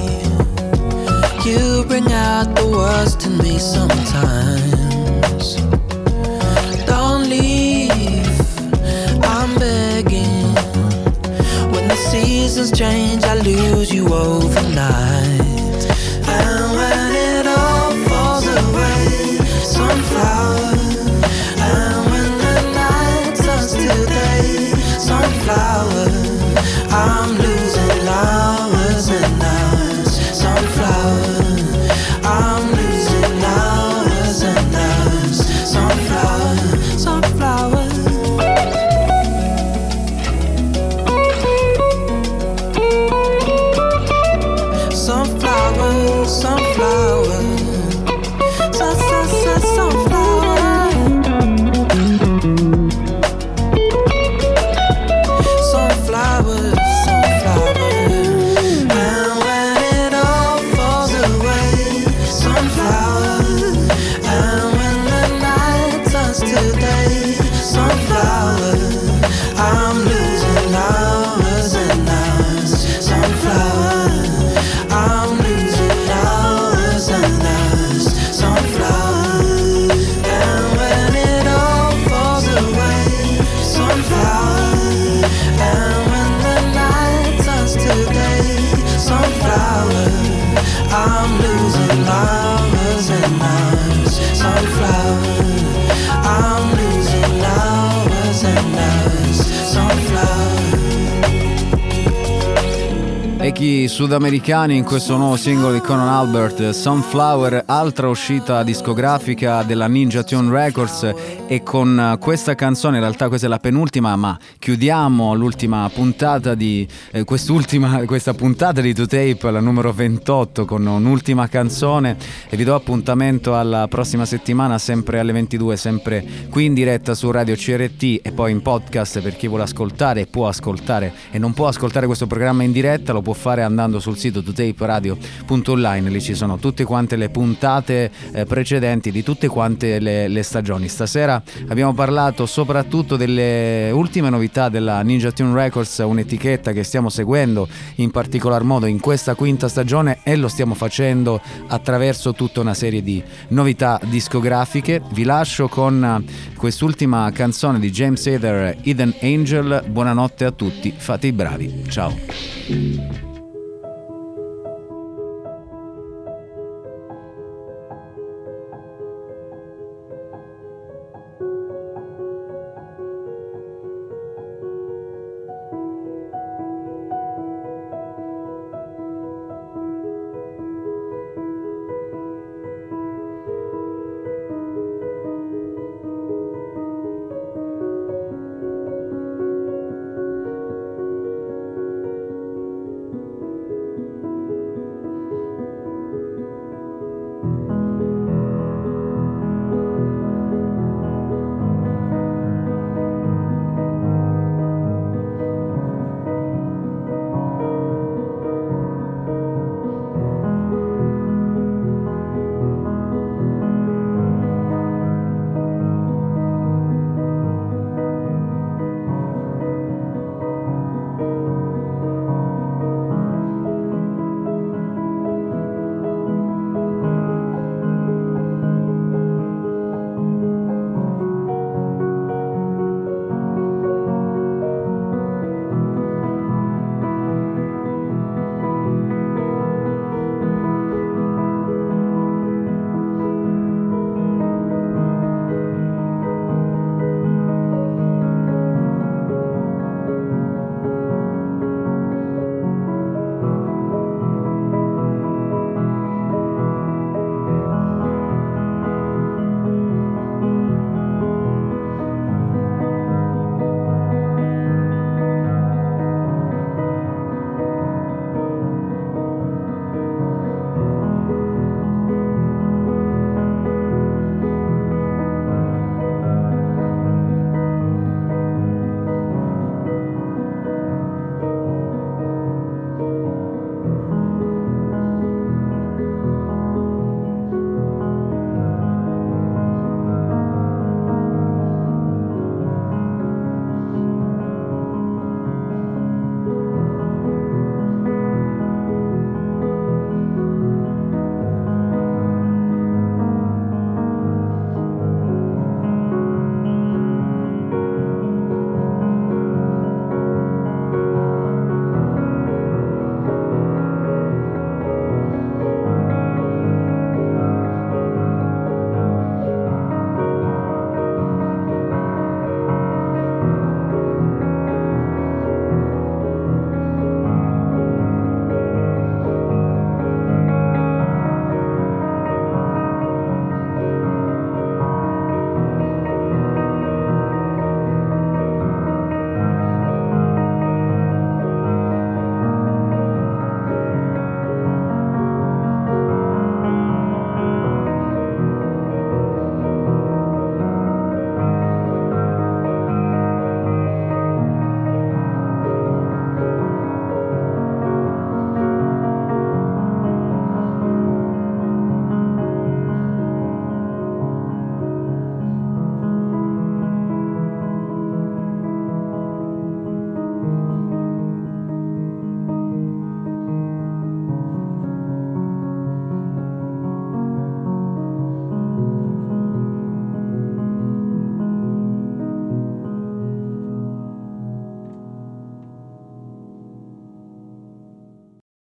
bring out the worst in me sometimes. Don't leave, I'm begging. When the seasons change, I lose you overnight. And when it all falls away, sunflower. And when the night turns to day, sunflower. I'm losing hours and hours, sunflower. I'm losing hours and hours, sunflower, sunflower. Sunflower, sunflower, sun, sun, sun, sunflower. Sunflower, sunflower. And when it all falls away, sunflower. And when the night turns to day, sunflower. I'm losing hours and hours, sunflower. I'm losing hours and hours, sunflower. And when it all falls away, sunflower. And when the night turns to day, sunflower. I'm losing hours and hours, sunflower. I'm losing hours and hours, sunflower. Echi sudamericani in questo nuovo singolo di Conan Albert, Sunflower, altra uscita discografica della Ninja Tune Records, e con questa canzone, in realtà questa è la penultima, ma chiudiamo l'ultima puntata di eh, quest'ultima questa puntata di To Tape, la numero ventotto, con un'ultima canzone, e vi do appuntamento alla prossima settimana, sempre alle ventidue, sempre qui in diretta su Radio C R T, e poi in podcast per chi vuole ascoltare, può ascoltare e non può ascoltare questo programma in diretta, lo può fare andando sul sito to tape radio punto online. Lì ci sono tutte quante le puntate eh, precedenti di tutte quante le, le stagioni. Stasera abbiamo parlato soprattutto delle ultime novità della Ninja Tune Records, un'etichetta che stiamo seguendo in particolar modo in questa quinta stagione, e lo stiamo facendo attraverso tutta una serie di novità discografiche. Vi lascio con quest'ultima canzone di James Heather, Hidden Angel. Buonanotte a tutti, fate i bravi, ciao.